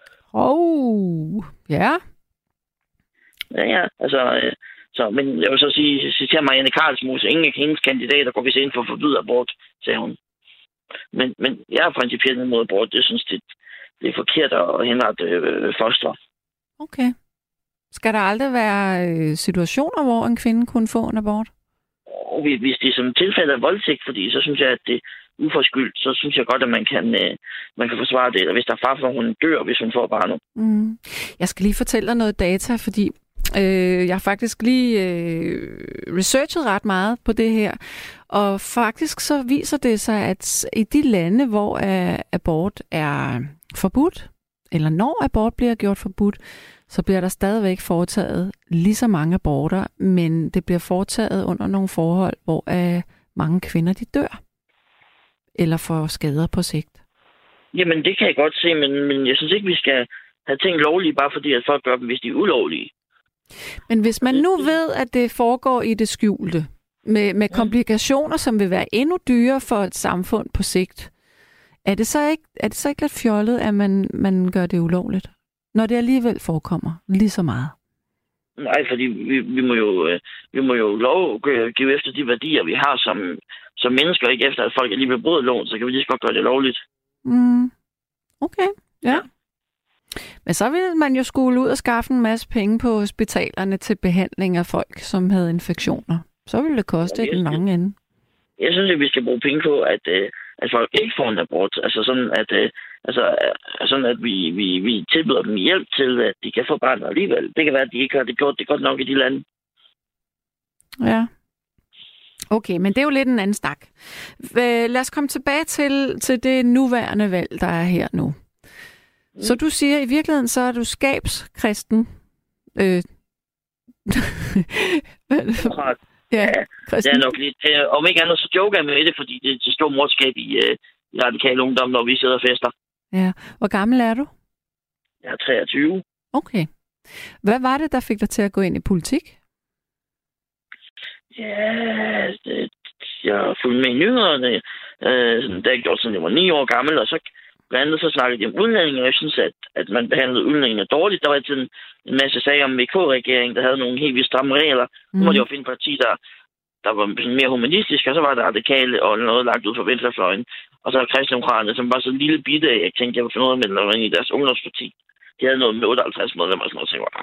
Ja. Ja, altså... men jeg vil så citere Marianne Karlsmose, ingen af hendes kandidater går vist ind for at forbyde abort, sagde hun. Men jeg er principielt imod abort. Jeg synes, det er forkert at henrette foster. Okay. Skal der aldrig være situationer, hvor en kvinde kunne få en abort? Og hvis det er som tilfælde af voldtægt, fordi så synes jeg, at det er uforskyldt, så synes jeg godt, at man kan forsvare det. Eller hvis der er far for, at hun dør, hvis hun får barnet. Mm. Jeg skal lige fortælle dig noget data, fordi jeg har faktisk lige researchet ret meget på det her. Og faktisk så viser det sig, at i de lande, hvor abort er forbudt, eller når abort bliver gjort forbudt, så bliver der stadigvæk foretaget lige så mange aborter, men det bliver foretaget under nogle forhold, hvor mange kvinder de dør, eller får skader på sigt. Jamen, det kan jeg godt se, men jeg synes ikke, vi skal have ting lovlige, bare fordi at folk gør dem, hvis de er ulovlige. Men hvis man nu ved, at det foregår i det skjulte, med komplikationer, som vil være endnu dyrere for et samfund på sigt, er det så ikke lidt fjollet, at man gør det ulovligt, når det alligevel forekommer lige så meget? Nej, fordi vi må jo give efter de værdier, vi har som mennesker, ikke efter, at folk alligevel bryder loven, så kan vi lige så godt gøre det lovligt. Mm. Okay, ja. Men så ville man jo skulle ud og skaffe en masse penge på hospitalerne til behandling af folk, som havde infektioner. Så ville det koste den lange ende. Jeg synes, at vi skal bruge penge på, at folk ikke får en abort. Altså sådan, at vi tilbyder dem hjælp til, at de kan få barn alligevel. Det kan være, at de ikke har det gjort det godt nok i de lande. Ja. Okay, men det er jo lidt en anden snak. Lad os komme tilbage til det nuværende valg, der er her nu. Så du siger, i virkeligheden, så er du skabskristen. Ja, det er nok lidt. Om ikke andet, så joker jeg med det, fordi det er et stort morskab i Radikale Ungdom, når vi sidder og fester. Ja. Hvor gammel er du? Jeg er 23. Okay. Hvad var det, der fik dig til at gå ind i politik? Ja, jeg fulgte med i nyhederne. Det har jeg gjort, siden jeg var 9 år gammel, og så blandt andet så snakkede de om udlændinge, og jeg synes, at man behandlede udlændinge dårligt. Der var altid en masse sager om VK-regeringen, der havde nogle helt vildt stramme regler. Nu må de jo finde parti, der var mere humanistisk, og så var der Radikale og noget lagt ud for venstrefløjen. Og så var Kristendemokraterne, som var så en lille bitte, jeg tænkte, jeg ville finde noget med den i deres ungdomsparti. De havde noget med 58 medlemmer og sådan noget, så jeg var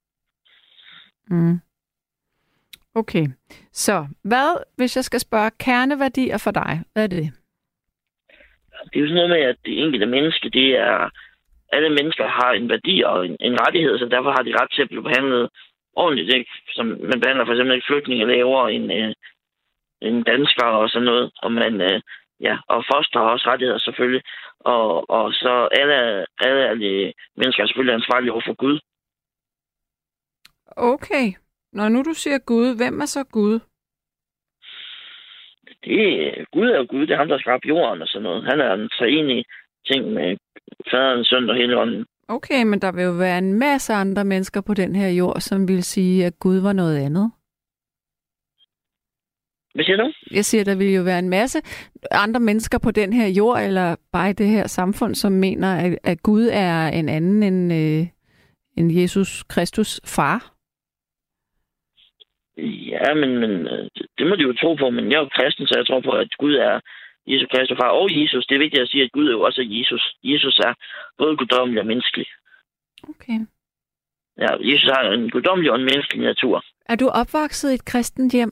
Okay. Så hvad, hvis jeg skal spørge kerneværdier for dig, hvad er det? Det er jo sådan noget med, at det enkelte menneske, det er... Alle mennesker har en værdi og en rettighed, så derfor har de ret til at blive behandlet ordentligt, ikke? Som man behandler for eksempel ikke flygtninge lavere end danskere og sådan noget. Og og foster har også rettigheder selvfølgelig. Og så alle mennesker er selvfølgelig ansvarlige over for Gud. Okay. Når nu du siger Gud, hvem er så Gud? Gud er jo Gud, det er ham, der skabte jorden og sådan noget. Han er en treenig ting med faderen, søn og Helligånden. Okay, men der vil jo være en masse andre mennesker på den her jord, som vil sige, at Gud var noget andet. Hvad siger du? Jeg siger, der vil jo være en masse andre mennesker på den her jord, eller bare i det her samfund, som mener, at Gud er en anden end Jesus Kristus far. Ja, men det må de jo tro på, men jeg er jo kristen, så jeg tror på, at Gud er Jesus Kristus far og Jesus. Det er vigtigt at sige, at Gud er jo også Jesus. Jesus er både guddommelig og menneskelig. Okay. Ja, Jesus har en guddommelig og en menneskelig natur. Er du opvokset i et kristent hjem?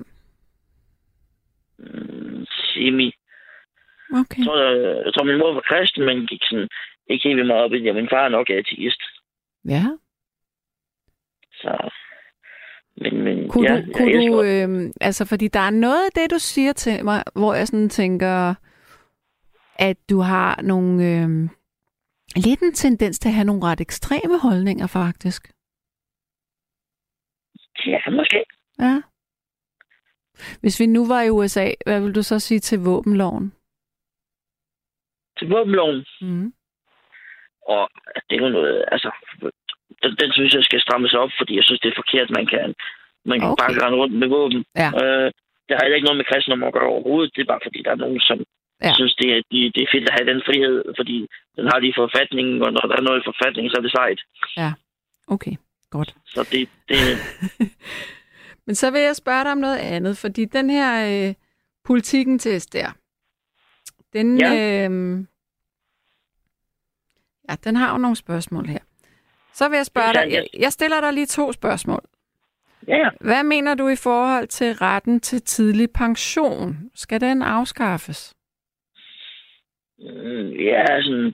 Semi. Okay. Jeg tror, min mor var kristen, men gik sådan ikke helt meget op i det. Min far er nok ateist. Ja. Så... Altså, fordi der er noget af det, du siger til mig, hvor jeg sådan tænker, at du har nogle lidt en tendens til at have nogle ret ekstreme holdninger, faktisk. Ja, måske. Ja. Hvis vi nu var i USA, hvad vil du så sige til våbenloven? Til våbenloven? Mm. Og det er jo noget, altså, den synes jeg skal strammes op, fordi jeg synes, det er forkert, man kan bare rende rundt med våben. Ja. Det har ikke noget med kristendom at gøre overhovedet. Det er bare fordi, der er nogen, som synes, det er fedt at have den frihed, fordi den har de i forfatningen, og når der er noget i forfatningen, så er det sejt. Ja, okay, godt. Så det Men så vil jeg spørge dig om noget andet, fordi den her politikken-test der, den, den har jo nogle spørgsmål her. Så vil jeg spørge dig, jeg stiller dig lige 2 spørgsmål. Ja. Hvad mener du i forhold til retten til tidlig pension? Skal den afskaffes? Ja, sådan,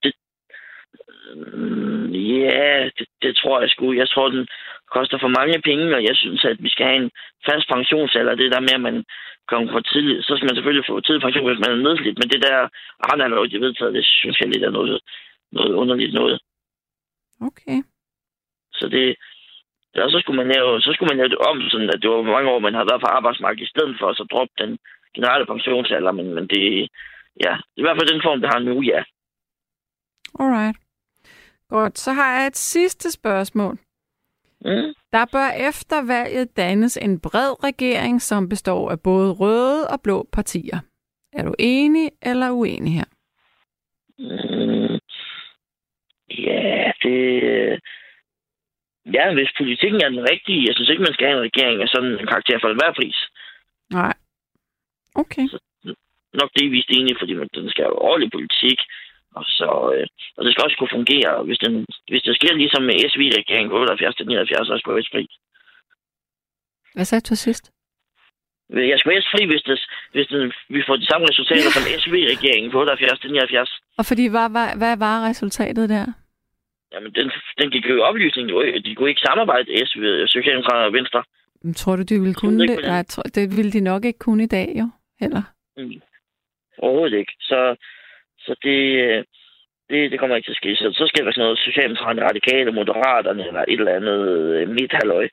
det tror jeg sgu. Jeg tror, den koster for mange penge, og jeg synes, at vi skal have en fast pensionsalder. Det der med, at man kommer for tidligt, så skal man selvfølgelig få tidlig pension, hvis man er nedslidt. Men det der andre lov, de vedtaget, det synes jeg lidt er noget underligt noget. Okay. Så det... Ja, så skulle man lave det om, sådan at det var mange år, man har været på arbejdsmarkedet, i stedet for at så droppe den generelle pensionsalder, men det, ja, det er i hvert fald den form, det har nu, ja. Alright. Godt, så har jeg et sidste spørgsmål. Der bør efter valget dannes en bred regering, som består af både røde og blå partier. Er du enig eller uenig her? Ja, det... Ja, hvis politikken er den rigtige, jeg synes ikke, man skal have en regering af sådan en karakter for enhver pris. Nej. Okay. Så nok det er vist enig, fordi den skal have ordentlig politik, og det skal også kunne fungere. Hvis det sker ligesom med SV-regeringen på 78-79, så skal jeg fri. Hvad sagde du sidst? Jeg skal være fri, hvis vi får de samme resultater som SV-regeringen på 78-79. Og fordi, hvad var resultatet der? Jamen, den gik jo i oplysning. De kunne ikke samarbejde, Socialdemokraterne og Venstre. Men tror du, de ville kunne det? Nej, det ville de nok ikke kunne i dag, jo, heller. Overhovedet ikke. Så det kommer ikke til at ske. Så skal der være sådan noget Socialdemokraterne, Radikale, Moderaterne eller et eller andet midt-halløj.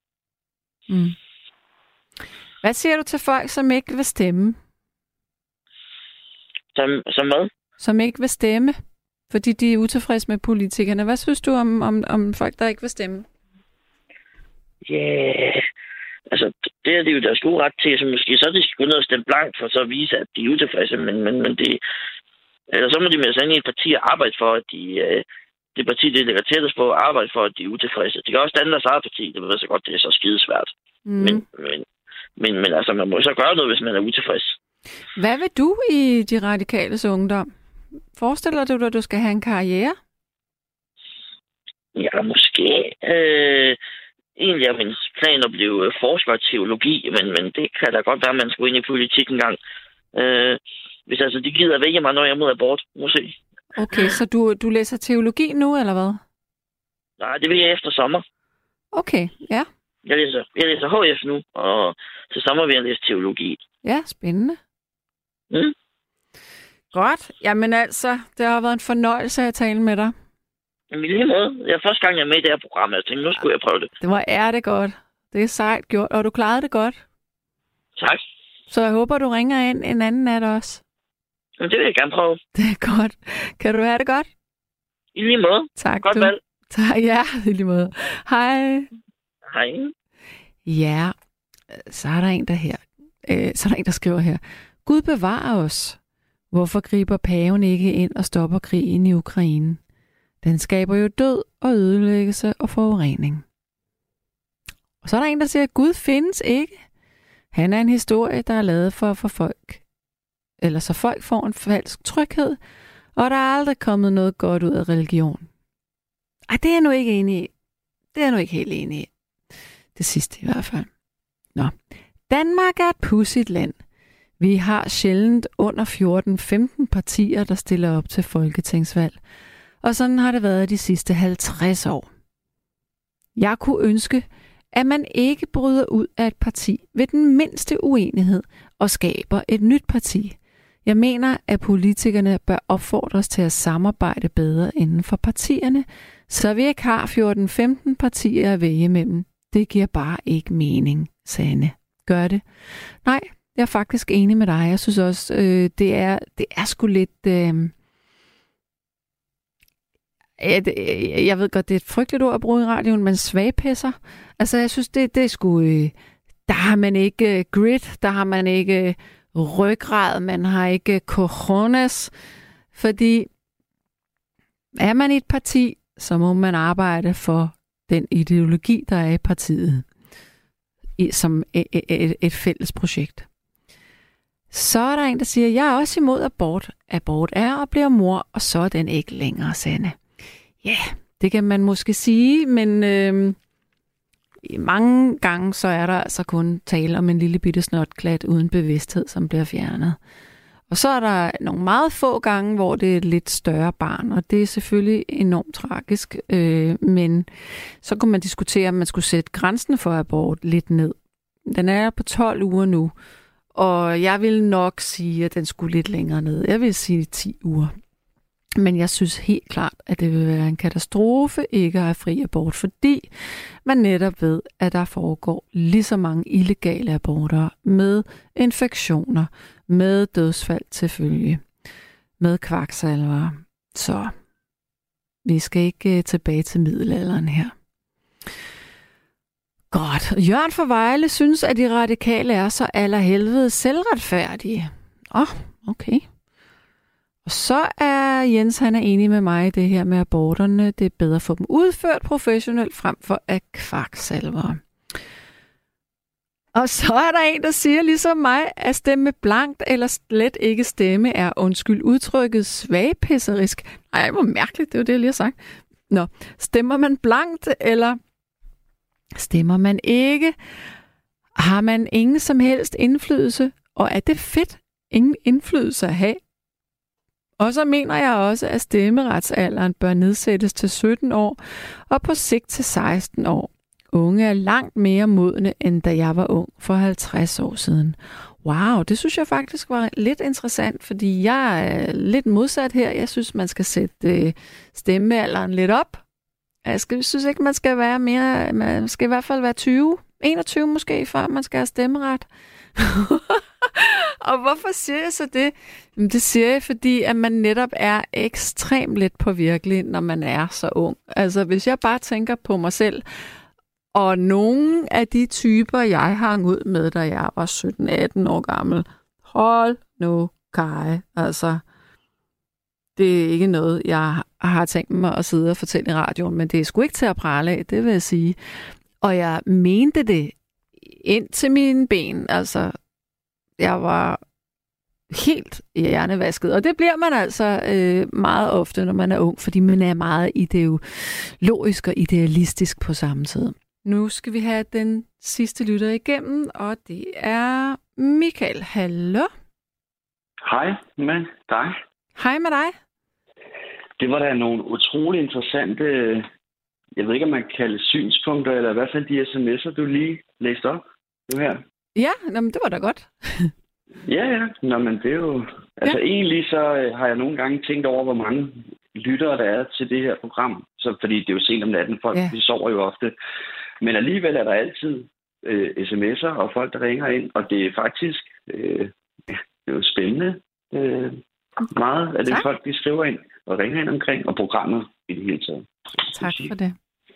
Hvad siger du til folk, som ikke vil stemme? Som hvad? Som ikke vil stemme, fordi de er utilfredse med politikerne. Hvad synes du om folk, der ikke vil stemme? Ja, altså det er jo deres gode ret til, så måske så de skal gå ned og stemme blankt for så at vise, at de er utilfredse, men det... Eller så må de med sig ind i et parti og arbejde for, at det parti, det ligger tættest på, arbejde for, at de er utilfredse. De kan også danne deres eget parti, det ved så godt, det er så skidesvært. Men altså, man må så gøre noget, hvis man er utilfreds. Hvad vil du i De Radikales ungdom? Forestiller du dig, at du skal have en karriere? Ja, måske. Egentlig er min plan at blive forsker i teologi, men det kan da godt være, at man skal gå ind i politik en gang. Hvis altså de gider vælge mig, når jeg er mod abort, måske. Okay, så du læser teologi nu, eller hvad? Nej, det vil jeg efter sommer. Okay, ja. Jeg læser HF nu, og til sommer vil jeg læse teologi. Ja, spændende. Godt. Jamen altså, det har været en fornøjelse at tale med dig. Jamen i lige måde. Det er første gang, jeg er med i det her program. Jeg tænkte, nu skulle jeg prøve det. Det godt. Det er sejt gjort, og du klarede det godt. Tak. Så jeg håber, du ringer ind en anden nat også. Jamen, det vil jeg gerne prøve. Det er godt. Kan du have det godt? I lige måde. Tak. Godt valg. Ja, i lige måde. Hej. Hej. Ja, så er der en, der skriver her. Gud bevarer os. Hvorfor griber paven ikke ind og stopper krigen i Ukraine? Den skaber jo død og ødelæggelse og forurening. Og så er der en, der siger, at Gud findes ikke. Han er en historie, der er lavet for folk. Eller så folk får en falsk tryghed, og der er aldrig kommet noget godt ud af religion. Ej, det er jeg nu ikke enig i. Det er jeg nu ikke helt enig i. Det sidste i hvert fald. Nå. Danmark er et pudsigt land. Vi har sjældent under 14-15 partier, der stiller op til folketingsvalg. Og sådan har det været de sidste 50 år. Jeg kunne ønske, at man ikke bryder ud af et parti ved den mindste uenighed og skaber et nyt parti. Jeg mener, at politikerne bør opfordres til at samarbejde bedre inden for partierne, så vi ikke har 14-15 partier at vælge mellem. Det giver bare ikke mening, Sanne. Gør det? Nej, Jeg er faktisk enig med dig. Jeg synes også, det er sgu lidt... jeg ved godt, det er et frygteligt ord at bruge i radioen, men svagpisser. Altså, jeg synes, det er sgu... der har man ikke grit, der har man ikke ryggrad, man har ikke cojones, fordi er man i et parti, så må man arbejde for den ideologi, der er i partiet, som et fælles projekt. Så er der en, der siger, jeg er også imod abort. Abort er og bliver mor, og så er den ikke længere sande. Ja, det kan man måske sige, men mange gange så er der altså kun tale om en lille bitte snotklat uden bevidsthed, som bliver fjernet. Og så er der nogle meget få gange, hvor det er et lidt større barn, og det er selvfølgelig enormt tragisk. Men så kunne man diskutere, om man skulle sætte grænsen for abort lidt ned. Den er på 12 uger nu, og jeg vil nok sige, at den skulle lidt længere ned. Jeg vil sige 10 uger. Men jeg synes helt klart, at det vil være en katastrofe ikke at have fri abort, fordi man netop ved, at der foregår lige så mange illegale aborter med infektioner, med dødsfald til følge, med kvaksalvere. Så vi skal ikke tilbage til middelalderen her. Godt. Jørgen fra Vejle synes, at de radikale er så allerhelvede selvretfærdige. Okay. Og så er Jens, han er enig med mig i det her med aborterne. Det er bedre at få dem udført professionelt frem for af kvaksalvere. Og så er der en, der siger ligesom mig, at stemme blankt eller slet ikke stemme er, undskyld udtrykket, svagpisserisk. Ej, hvor mærkeligt, det var det, jeg lige har sagt. Nå, stemmer man blankt, eller stemmer man ikke? Har man ingen som helst indflydelse? Og er det fedt, ingen indflydelse at have? Og så mener jeg også, at stemmeretsalderen bør nedsættes til 17 år, og på sigt til 16 år. Unge er langt mere modne, end da jeg var ung for 50 år siden. Wow, det synes jeg faktisk var lidt interessant, fordi jeg er lidt modsat her. Jeg synes, man skal sætte stemmealderen lidt op. Jeg synes ikke, man skal være mere... Man skal i hvert fald være 20, 21 måske, før man skal have stemmeret. Og hvorfor siger jeg så det? Jamen, det siger jeg, fordi at man netop er ekstremt lidt påvirkelig, når man er så ung. Altså, hvis jeg bare tænker på mig selv, og nogle af de typer, jeg hang ud med, da jeg var 17-18 år gammel, hold nu kaj. Altså, det er ikke noget, jeg har tænkt mig at sidde og fortælle i radioen, men det er sgu ikke til at prale af, det vil jeg sige. Og jeg mente det ind til mine ben. Altså, jeg var helt hjernevasket. Og det bliver man altså meget ofte, når man er ung, fordi man er meget ideologisk og idealistisk på samme tid. Nu skal vi have den sidste lytter igennem, og det er Michael. Hallo? Hej med dig. Hej med dig. Det var da nogle utrolig interessante, jeg ved ikke, om man kan kalde synspunkter, eller i hvert fald de sms'er, du lige læste op nu her. Ja, men det var da godt. Ja. Nå, men det er jo... Altså egentlig så har jeg nogle gange tænkt over, hvor mange lyttere der er til det her program. Så, fordi det er jo sent om natten, folk vi sover jo ofte. Men alligevel er der altid sms'er og folk, der ringer ind. Og det er faktisk det er jo spændende. Meget af det folk, de skriver ind og ringer ind omkring, og programmet i det hele taget. Tak for det.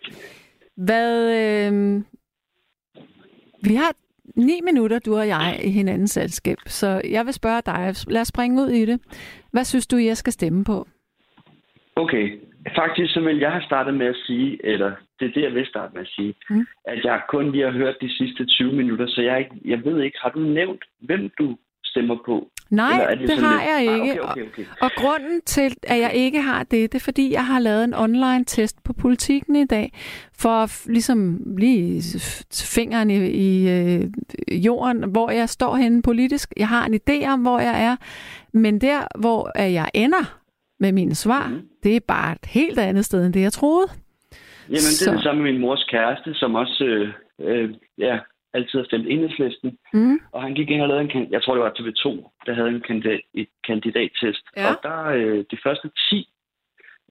Vi har 9 minutter, du og jeg, i hinandens selskab, så jeg vil spørge dig. Lad os springe ud i det. Hvad synes du, jeg skal stemme på? Okay. Faktisk så vil jeg have startet med at sige, eller det er det, jeg vil starte med at sige, at jeg kun lige har hørt de sidste 20 minutter, så jeg ved ikke, har du nævnt, hvem du stemmer på? Nej, det har jeg ikke. Okay. Og grunden til, at jeg ikke har det er fordi, jeg har lavet en online-test på Politikken i dag, for ligesom lige fingeren i jorden, hvor jeg står henne politisk. Jeg har en idé om, hvor jeg er, men der, hvor jeg ender med mine svar, det er bare et helt andet sted, end det jeg troede. Jamen, det er det samme med min mors kæreste, som også altid har stemt Enhedslisten. Og han gik ind og lavede jeg tror det var TV2, der havde en kandidattest. Ja. Og der de første 10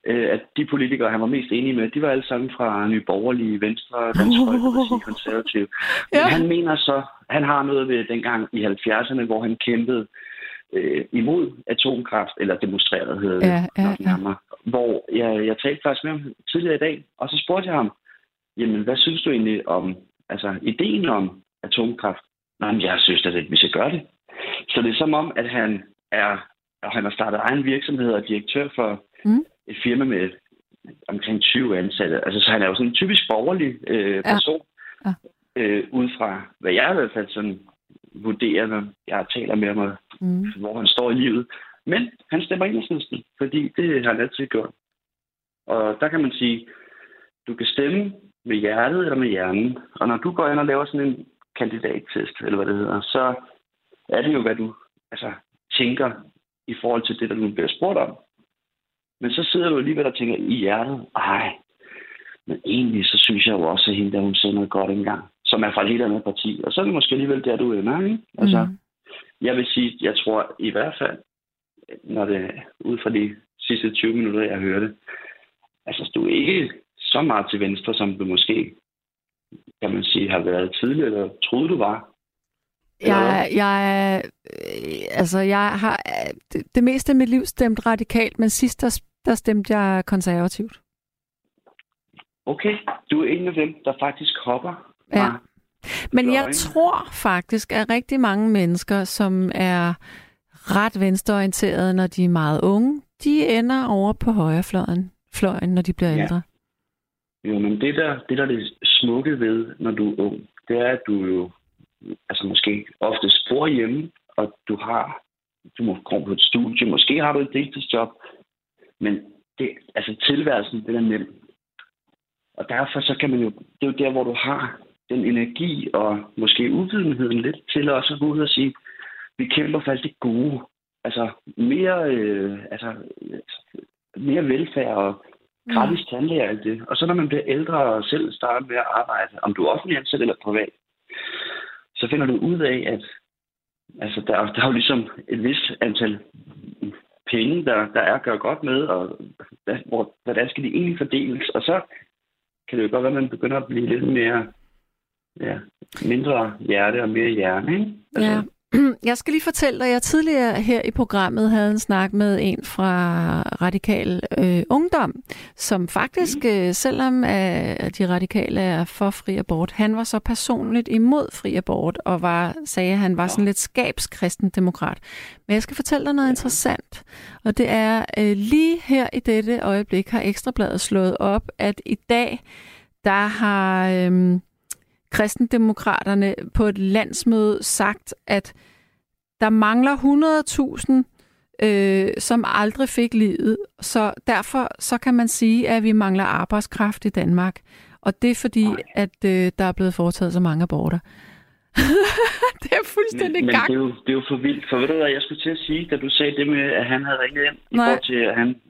at de politikere, han var mest enig med, de var alle sammen fra Nye Borgerlige, Venstre, Dansk Folkeparti, Konservative. Men han mener så, han har noget ved dengang i 70'erne, hvor han kæmpede imod atomkraft, eller demonstrerede, hedder det nok nærmere. Hvor jeg talte faktisk med ham tidligere i dag, og så spurgte jeg ham, jamen, hvad synes du egentlig om ideen om atomkraft? Nej, jeg synes at vi skal gøre det. Så det er som om, at han har startet egen virksomhed og direktør for et firma med omkring 20 ansatte. Altså, så han er jo sådan en typisk borgerlig person, ud fra, hvad jeg i hvert fald sådan vurderer, når jeg taler med ham, hvor han står i livet. Men han stemmer Enhedslisten, fordi det har han altid gjort. Og der kan man sige, du kan stemme med hjertet eller med hjernen. Og når du går ind og laver sådan en kandidattest, eller hvad det hedder, så er det jo, hvad du tænker i forhold til det, der du bliver spurgt om. Men så sidder du alligevel og tænker i hjertet, men egentlig så synes jeg jo også, at hende, der hun siger noget godt engang, som er fra et helt andet parti. Og så er det måske alligevel der, du ender, ikke? Jeg vil sige, jeg tror i hvert fald, når det ud fra de sidste 20 minutter, jeg hørte, du er ikke så meget til venstre, som du måske, kan man sige, har været tidligere, eller troede du var. Jeg har det meste af mit liv stemt radikalt, men sidst der stemte jeg konservativt. Okay, du er en af dem, der faktisk hopper. Ja. Men jeg tror faktisk, at rigtig mange mennesker, som er ret venstreorienterede, når de er meget unge, de ender over på højrefløjen, når de bliver ældre. Jo, men det der er det smukke ved, når du er ung, det er, at du jo måske ofte bor hjemme, og du må gå på et studie, måske har du et deltidsjob, men tilværelsen, det er nem. Og derfor så kan man jo, det er jo der, hvor du har den energi og måske uvidenheden lidt til også at gå ud og sige, vi kæmper for alt det gode. Mere velfærd og gratis tandlæge og alt det. Og så når man bliver ældre og selv starter med at arbejde, om du er offentlig ansat eller privat, så finder du ud af, at der er jo ligesom et vist antal penge, der er at gøre godt med, og hvordan skal de egentlig fordeles? Og så kan det jo godt være, at man begynder at blive lidt mere, mindre hjerte og mere hjerne, ikke? Jeg skal lige fortælle dig, at jeg tidligere her i programmet havde en snak med en fra Radikal Ungdom, som faktisk, selvom de radikale er for fri abort, han var så personligt imod fri abort, og sagde, at han var sådan lidt skabskristendemokrat. Men jeg skal fortælle dig noget interessant, og det er lige her i dette øjeblik har Ekstra Bladet slået op, at i dag, der har kristendemokraterne på et landsmøde sagt, at der mangler 100.000, som aldrig fik livet. Så derfor så kan man sige, at vi mangler arbejdskraft i Danmark. Og det er fordi, at der er blevet foretaget så mange aborter. Det er fuldstændig gang. Men det er jo for vildt. For ved du hvad, jeg skulle til at sige, da du sagde det med, at han havde ringet ind, i forhold til, at han...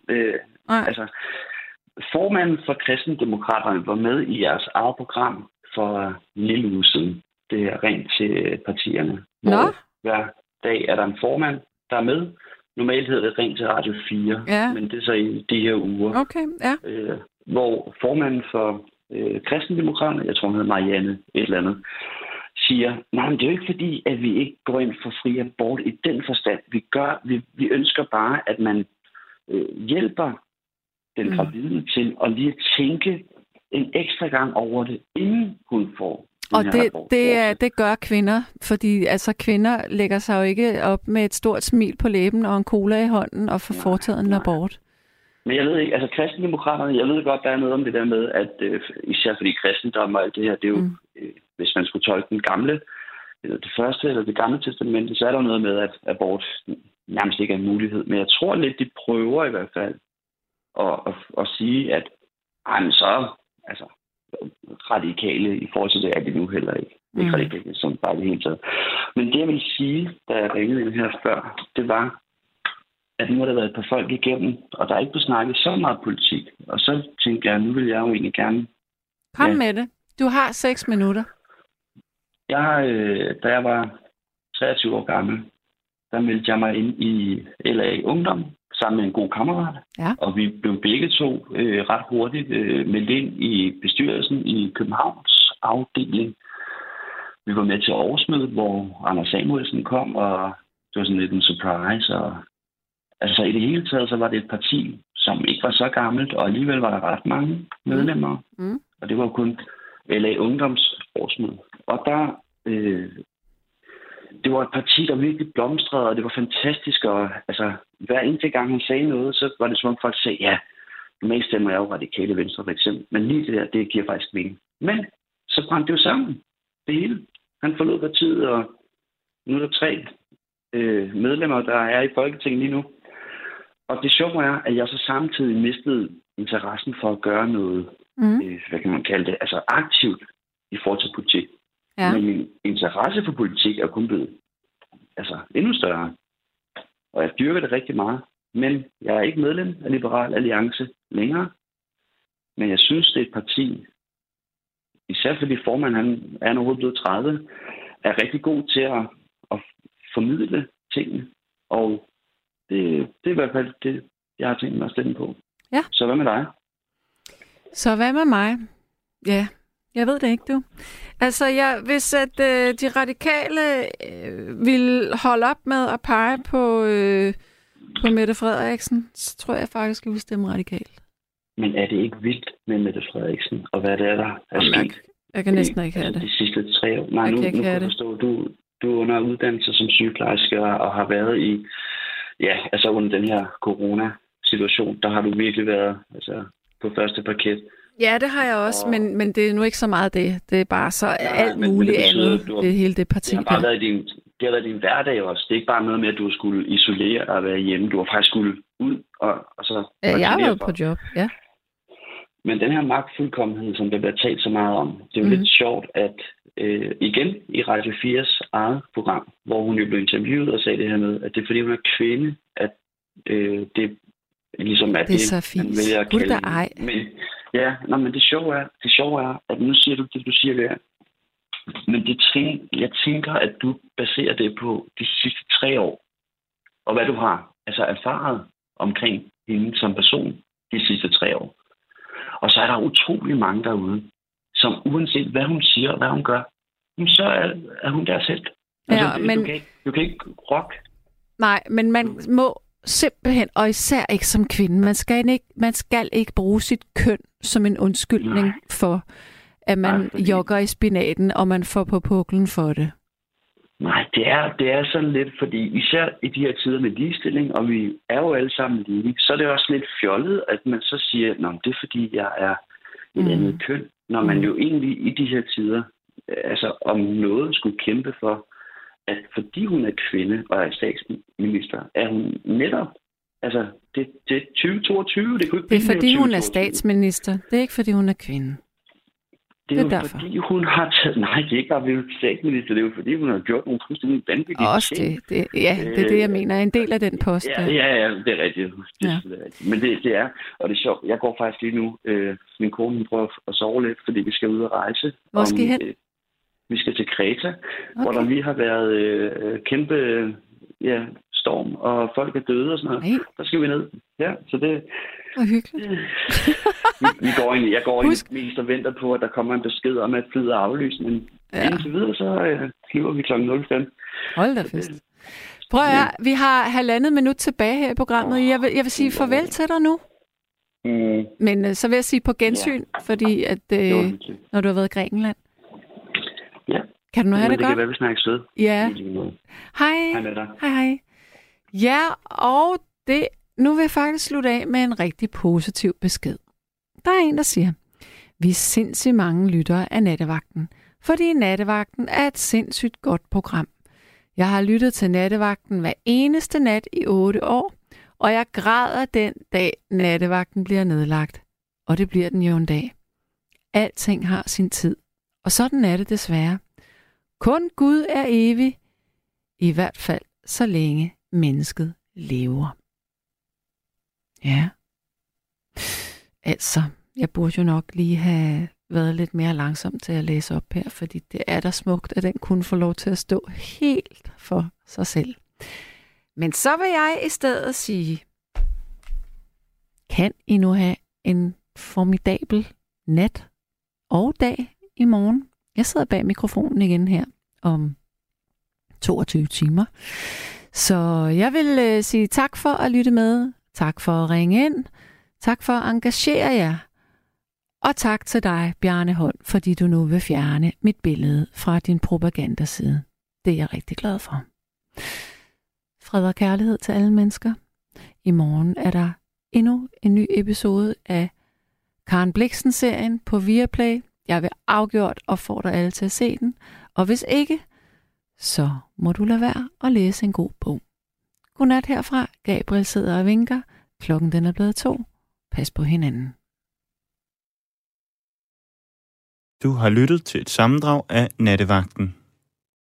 formanden for kristendemokraterne var med i jeres eget program for en lille uge siden. Det er rent til partierne. Hver dag er der en formand, der er med. Normalt hedder det rent til Radio 4, men det er så i de her uger. Okay, ja. Hvor formanden for kristendemokraterne, jeg tror hun hedder Marianne et eller andet, siger, nej, men det er jo ikke fordi, at vi ikke går ind for fri abort i den forstand. Vi ønsker bare, at man hjælper den gravide til at lige tænke en ekstra gang over det, inden hun får. Og det gør kvinder, fordi kvinder lægger sig jo ikke op med et stort smil på læben og en cola i hånden og får foretaget en abort. Men jeg ved ikke, kristendemokraterne, jeg ved godt, der er noget om det der med, at især fordi kristendom og alt det her, det er jo, hvis man skulle tolke den gamle, eller det første eller det gamle testamente, så er der noget med, at abort nærmest ikke er en mulighed. Men jeg tror lidt, de prøver i hvert fald at sige, at radikale i forhold til det er det nu heller ikke. Ikke radikale, som bare det hele taget. Men det, jeg vil sige, da jeg ringede ind her før, det var, at nu har der været et par folk igennem, og der er ikke blevet snakket så meget politik. Og så tænkte jeg, nu vil jeg jo egentlig gerne... Kom med det. Du har 6 minutter. Da jeg var 23 år gammel, der meldte jeg mig ind i LA Ungdom, sammen med en god kammerat. Ja. Og vi blev begge to ret hurtigt meldt ind i bestyrelsen i Københavns afdeling. Vi var med til årsmødet, hvor Anders Samuelsen kom, og det var sådan lidt en surprise. Og, altså i det hele taget, så var det et parti, som ikke var så gammelt, og alligevel var der ret mange medlemmer. Mm. Og det var kun LA Ungdoms årsmøde. Og der... det var et parti, der virkelig blomstrede, og det var fantastisk. Og altså, hver eneste gang han sagde noget, så var det som om folk sagde, ja, normalt stemmer jeg jo Radikale Venstre for eksempel. Men lige det der, det giver faktisk mening. Men så brændte det jo sammen. Det hele. Han forlod partiet, og nu er der 3 medlemmer, der er i Folketinget lige nu. Og det sjove er, at jeg så samtidig mistede interessen for at gøre noget, hvad kan man kalde det, altså aktivt i forhold til politik. Ja. Men min interesse for politik er kun blevet endnu større. Og jeg dyrker det rigtig meget. Men jeg er ikke medlem af Liberal Alliance længere. Men jeg synes, det er et parti, især fordi formanden, han er overhovedet blevet 30, er rigtig god til at formidle tingene. Og det er i hvert fald det, jeg har tænkt mig at stemme på. Ja. Så hvad med dig? Så hvad med mig? Ja, jeg ved det ikke, du. Altså, hvis at de radikale vil holde op med at pege på Mette Frederiksen, så tror jeg faktisk, at vi vil stemme radikalt. Men er det ikke vildt med Mette Frederiksen? Og hvad det er, der er sket? Jeg kan næsten ikke have det. De sidste 3 år. Nej, jeg nu kan kan jeg forstå, du er under uddannelse som sygeplejerske og har været i, under den her corona-situation, der har du virkelig været på første parket. Ja, det har jeg også, men det er nu ikke så meget det. Det er bare så alt muligt andet, det hele det parti. Det har været din hverdag også. Det er ikke bare noget med, at du skulle isolere dig og være hjemme. Du har faktisk skulle ud og så... Ja, jeg har været på job, ja. Men den her magtfuldkommenhed, som der bliver talt så meget om, det er jo lidt sjovt, at igen i Radio 4's eget program, hvor hun jo blev interviewet og sagde det her med, at det er fordi, hun er kvinde, at det ligesom er det er så fint. Man vælger at kalde. Men det sjove er, at nu siger du det, du siger der. Men jeg tænker, at du baserer det på de sidste 3 år, og hvad du har erfaret omkring hende som person de sidste 3 år. Og så er der utrolig mange derude, som uanset hvad hun siger og hvad hun gør, så er hun der selv. Du kan ikke rock. Nej, men man må simpelthen, og især ikke som kvinde, man skal ikke bruge sit køn som en undskyldning for, at man jogger i spinaten, og man får på puklen for det. Nej, det er sådan lidt, fordi især i de her tider med ligestilling, og vi er jo alle sammen lige, så er det også lidt fjollet, at man så siger, at det er fordi, jeg er et andet køn, når man jo egentlig i de her tider, om noget skulle kæmpe for, at fordi hun er kvinde og er statsminister, er hun netop, det er 2022, det kunne ikke blive. Det er fordi hun er statsminister, det er ikke fordi hun er kvinde. Det er jo derfor. Fordi hun har taget... Nej, det er ikke bare blevet statsminister. Det er jo fordi, hun har gjort nogle fuldstændig vanvittige også ting. Det er det, jeg mener. En del af den post. Ja, det er rigtigt. Det er rigtigt. Men det er... Og det er sjovt. Jeg går faktisk lige nu... min kone prøver at sove lidt, fordi vi skal ud og rejse. Hvor skal I hen? Vi skal til Kreta, hvor der lige har været kæmpe storm, og folk er døde og sådan noget. Der skal vi ned. Ja, så det... Hvor hyggeligt. Jeg går ind mest og venter på, at der kommer en besked om, at flyet er aflyst, men indtil videre, så flyver vi kl. 05. Hold da fest. Prøv at høre, vi har 1,5 minut tilbage her i programmet. Jeg vil sige farvel til dig nu. Men så vil jeg sige på gensyn, fordi at når du har været i Grækenland. Ja. Kan du nu have det godt? Det kan være, vi snakkes ved. Ja. Hej. Hej med dig. Hej. Ja, og nu vil jeg faktisk slutte af med en rigtig positiv besked. Der er en, der siger, vi er sindssygt mange lyttere af Nattevagten, fordi Nattevagten er et sindssygt godt program. Jeg har lyttet til Nattevagten hver eneste nat i 8 år, og jeg græder den dag, Nattevagten bliver nedlagt. Og det bliver den jo en dag. Alting har sin tid, og sådan er det desværre. Kun Gud er evig, i hvert fald så længe mennesket lever. Ja. Altså, jeg burde jo nok lige have været lidt mere langsom til at læse op her, fordi det er da smukt, at den kunne få lov til at stå helt for sig selv. Men så vil jeg i stedet sige kan I nu have en formidabel nat og dag i morgen. Jeg sidder bag mikrofonen igen her om 22 timer. Så jeg vil sige tak for at lytte med. Tak for at ringe ind. Tak for at engagere jer. Og tak til dig, Bjarne Holm, fordi du nu vil fjerne mit billede fra din propagandaside. Det er jeg rigtig glad for. Fred og kærlighed til alle mennesker. I morgen er der endnu en ny episode af Karen Blixen-serien på Viaplay. Jeg vil afgjort opfordre alle til at se den. Og hvis ikke, så må du lade være og læse en god bog. Godnat herfra. Gabriel sidder og vinker. Klokken den er blevet 2. Pas på hinanden. Du har lyttet til et sammendrag af Nattevagten.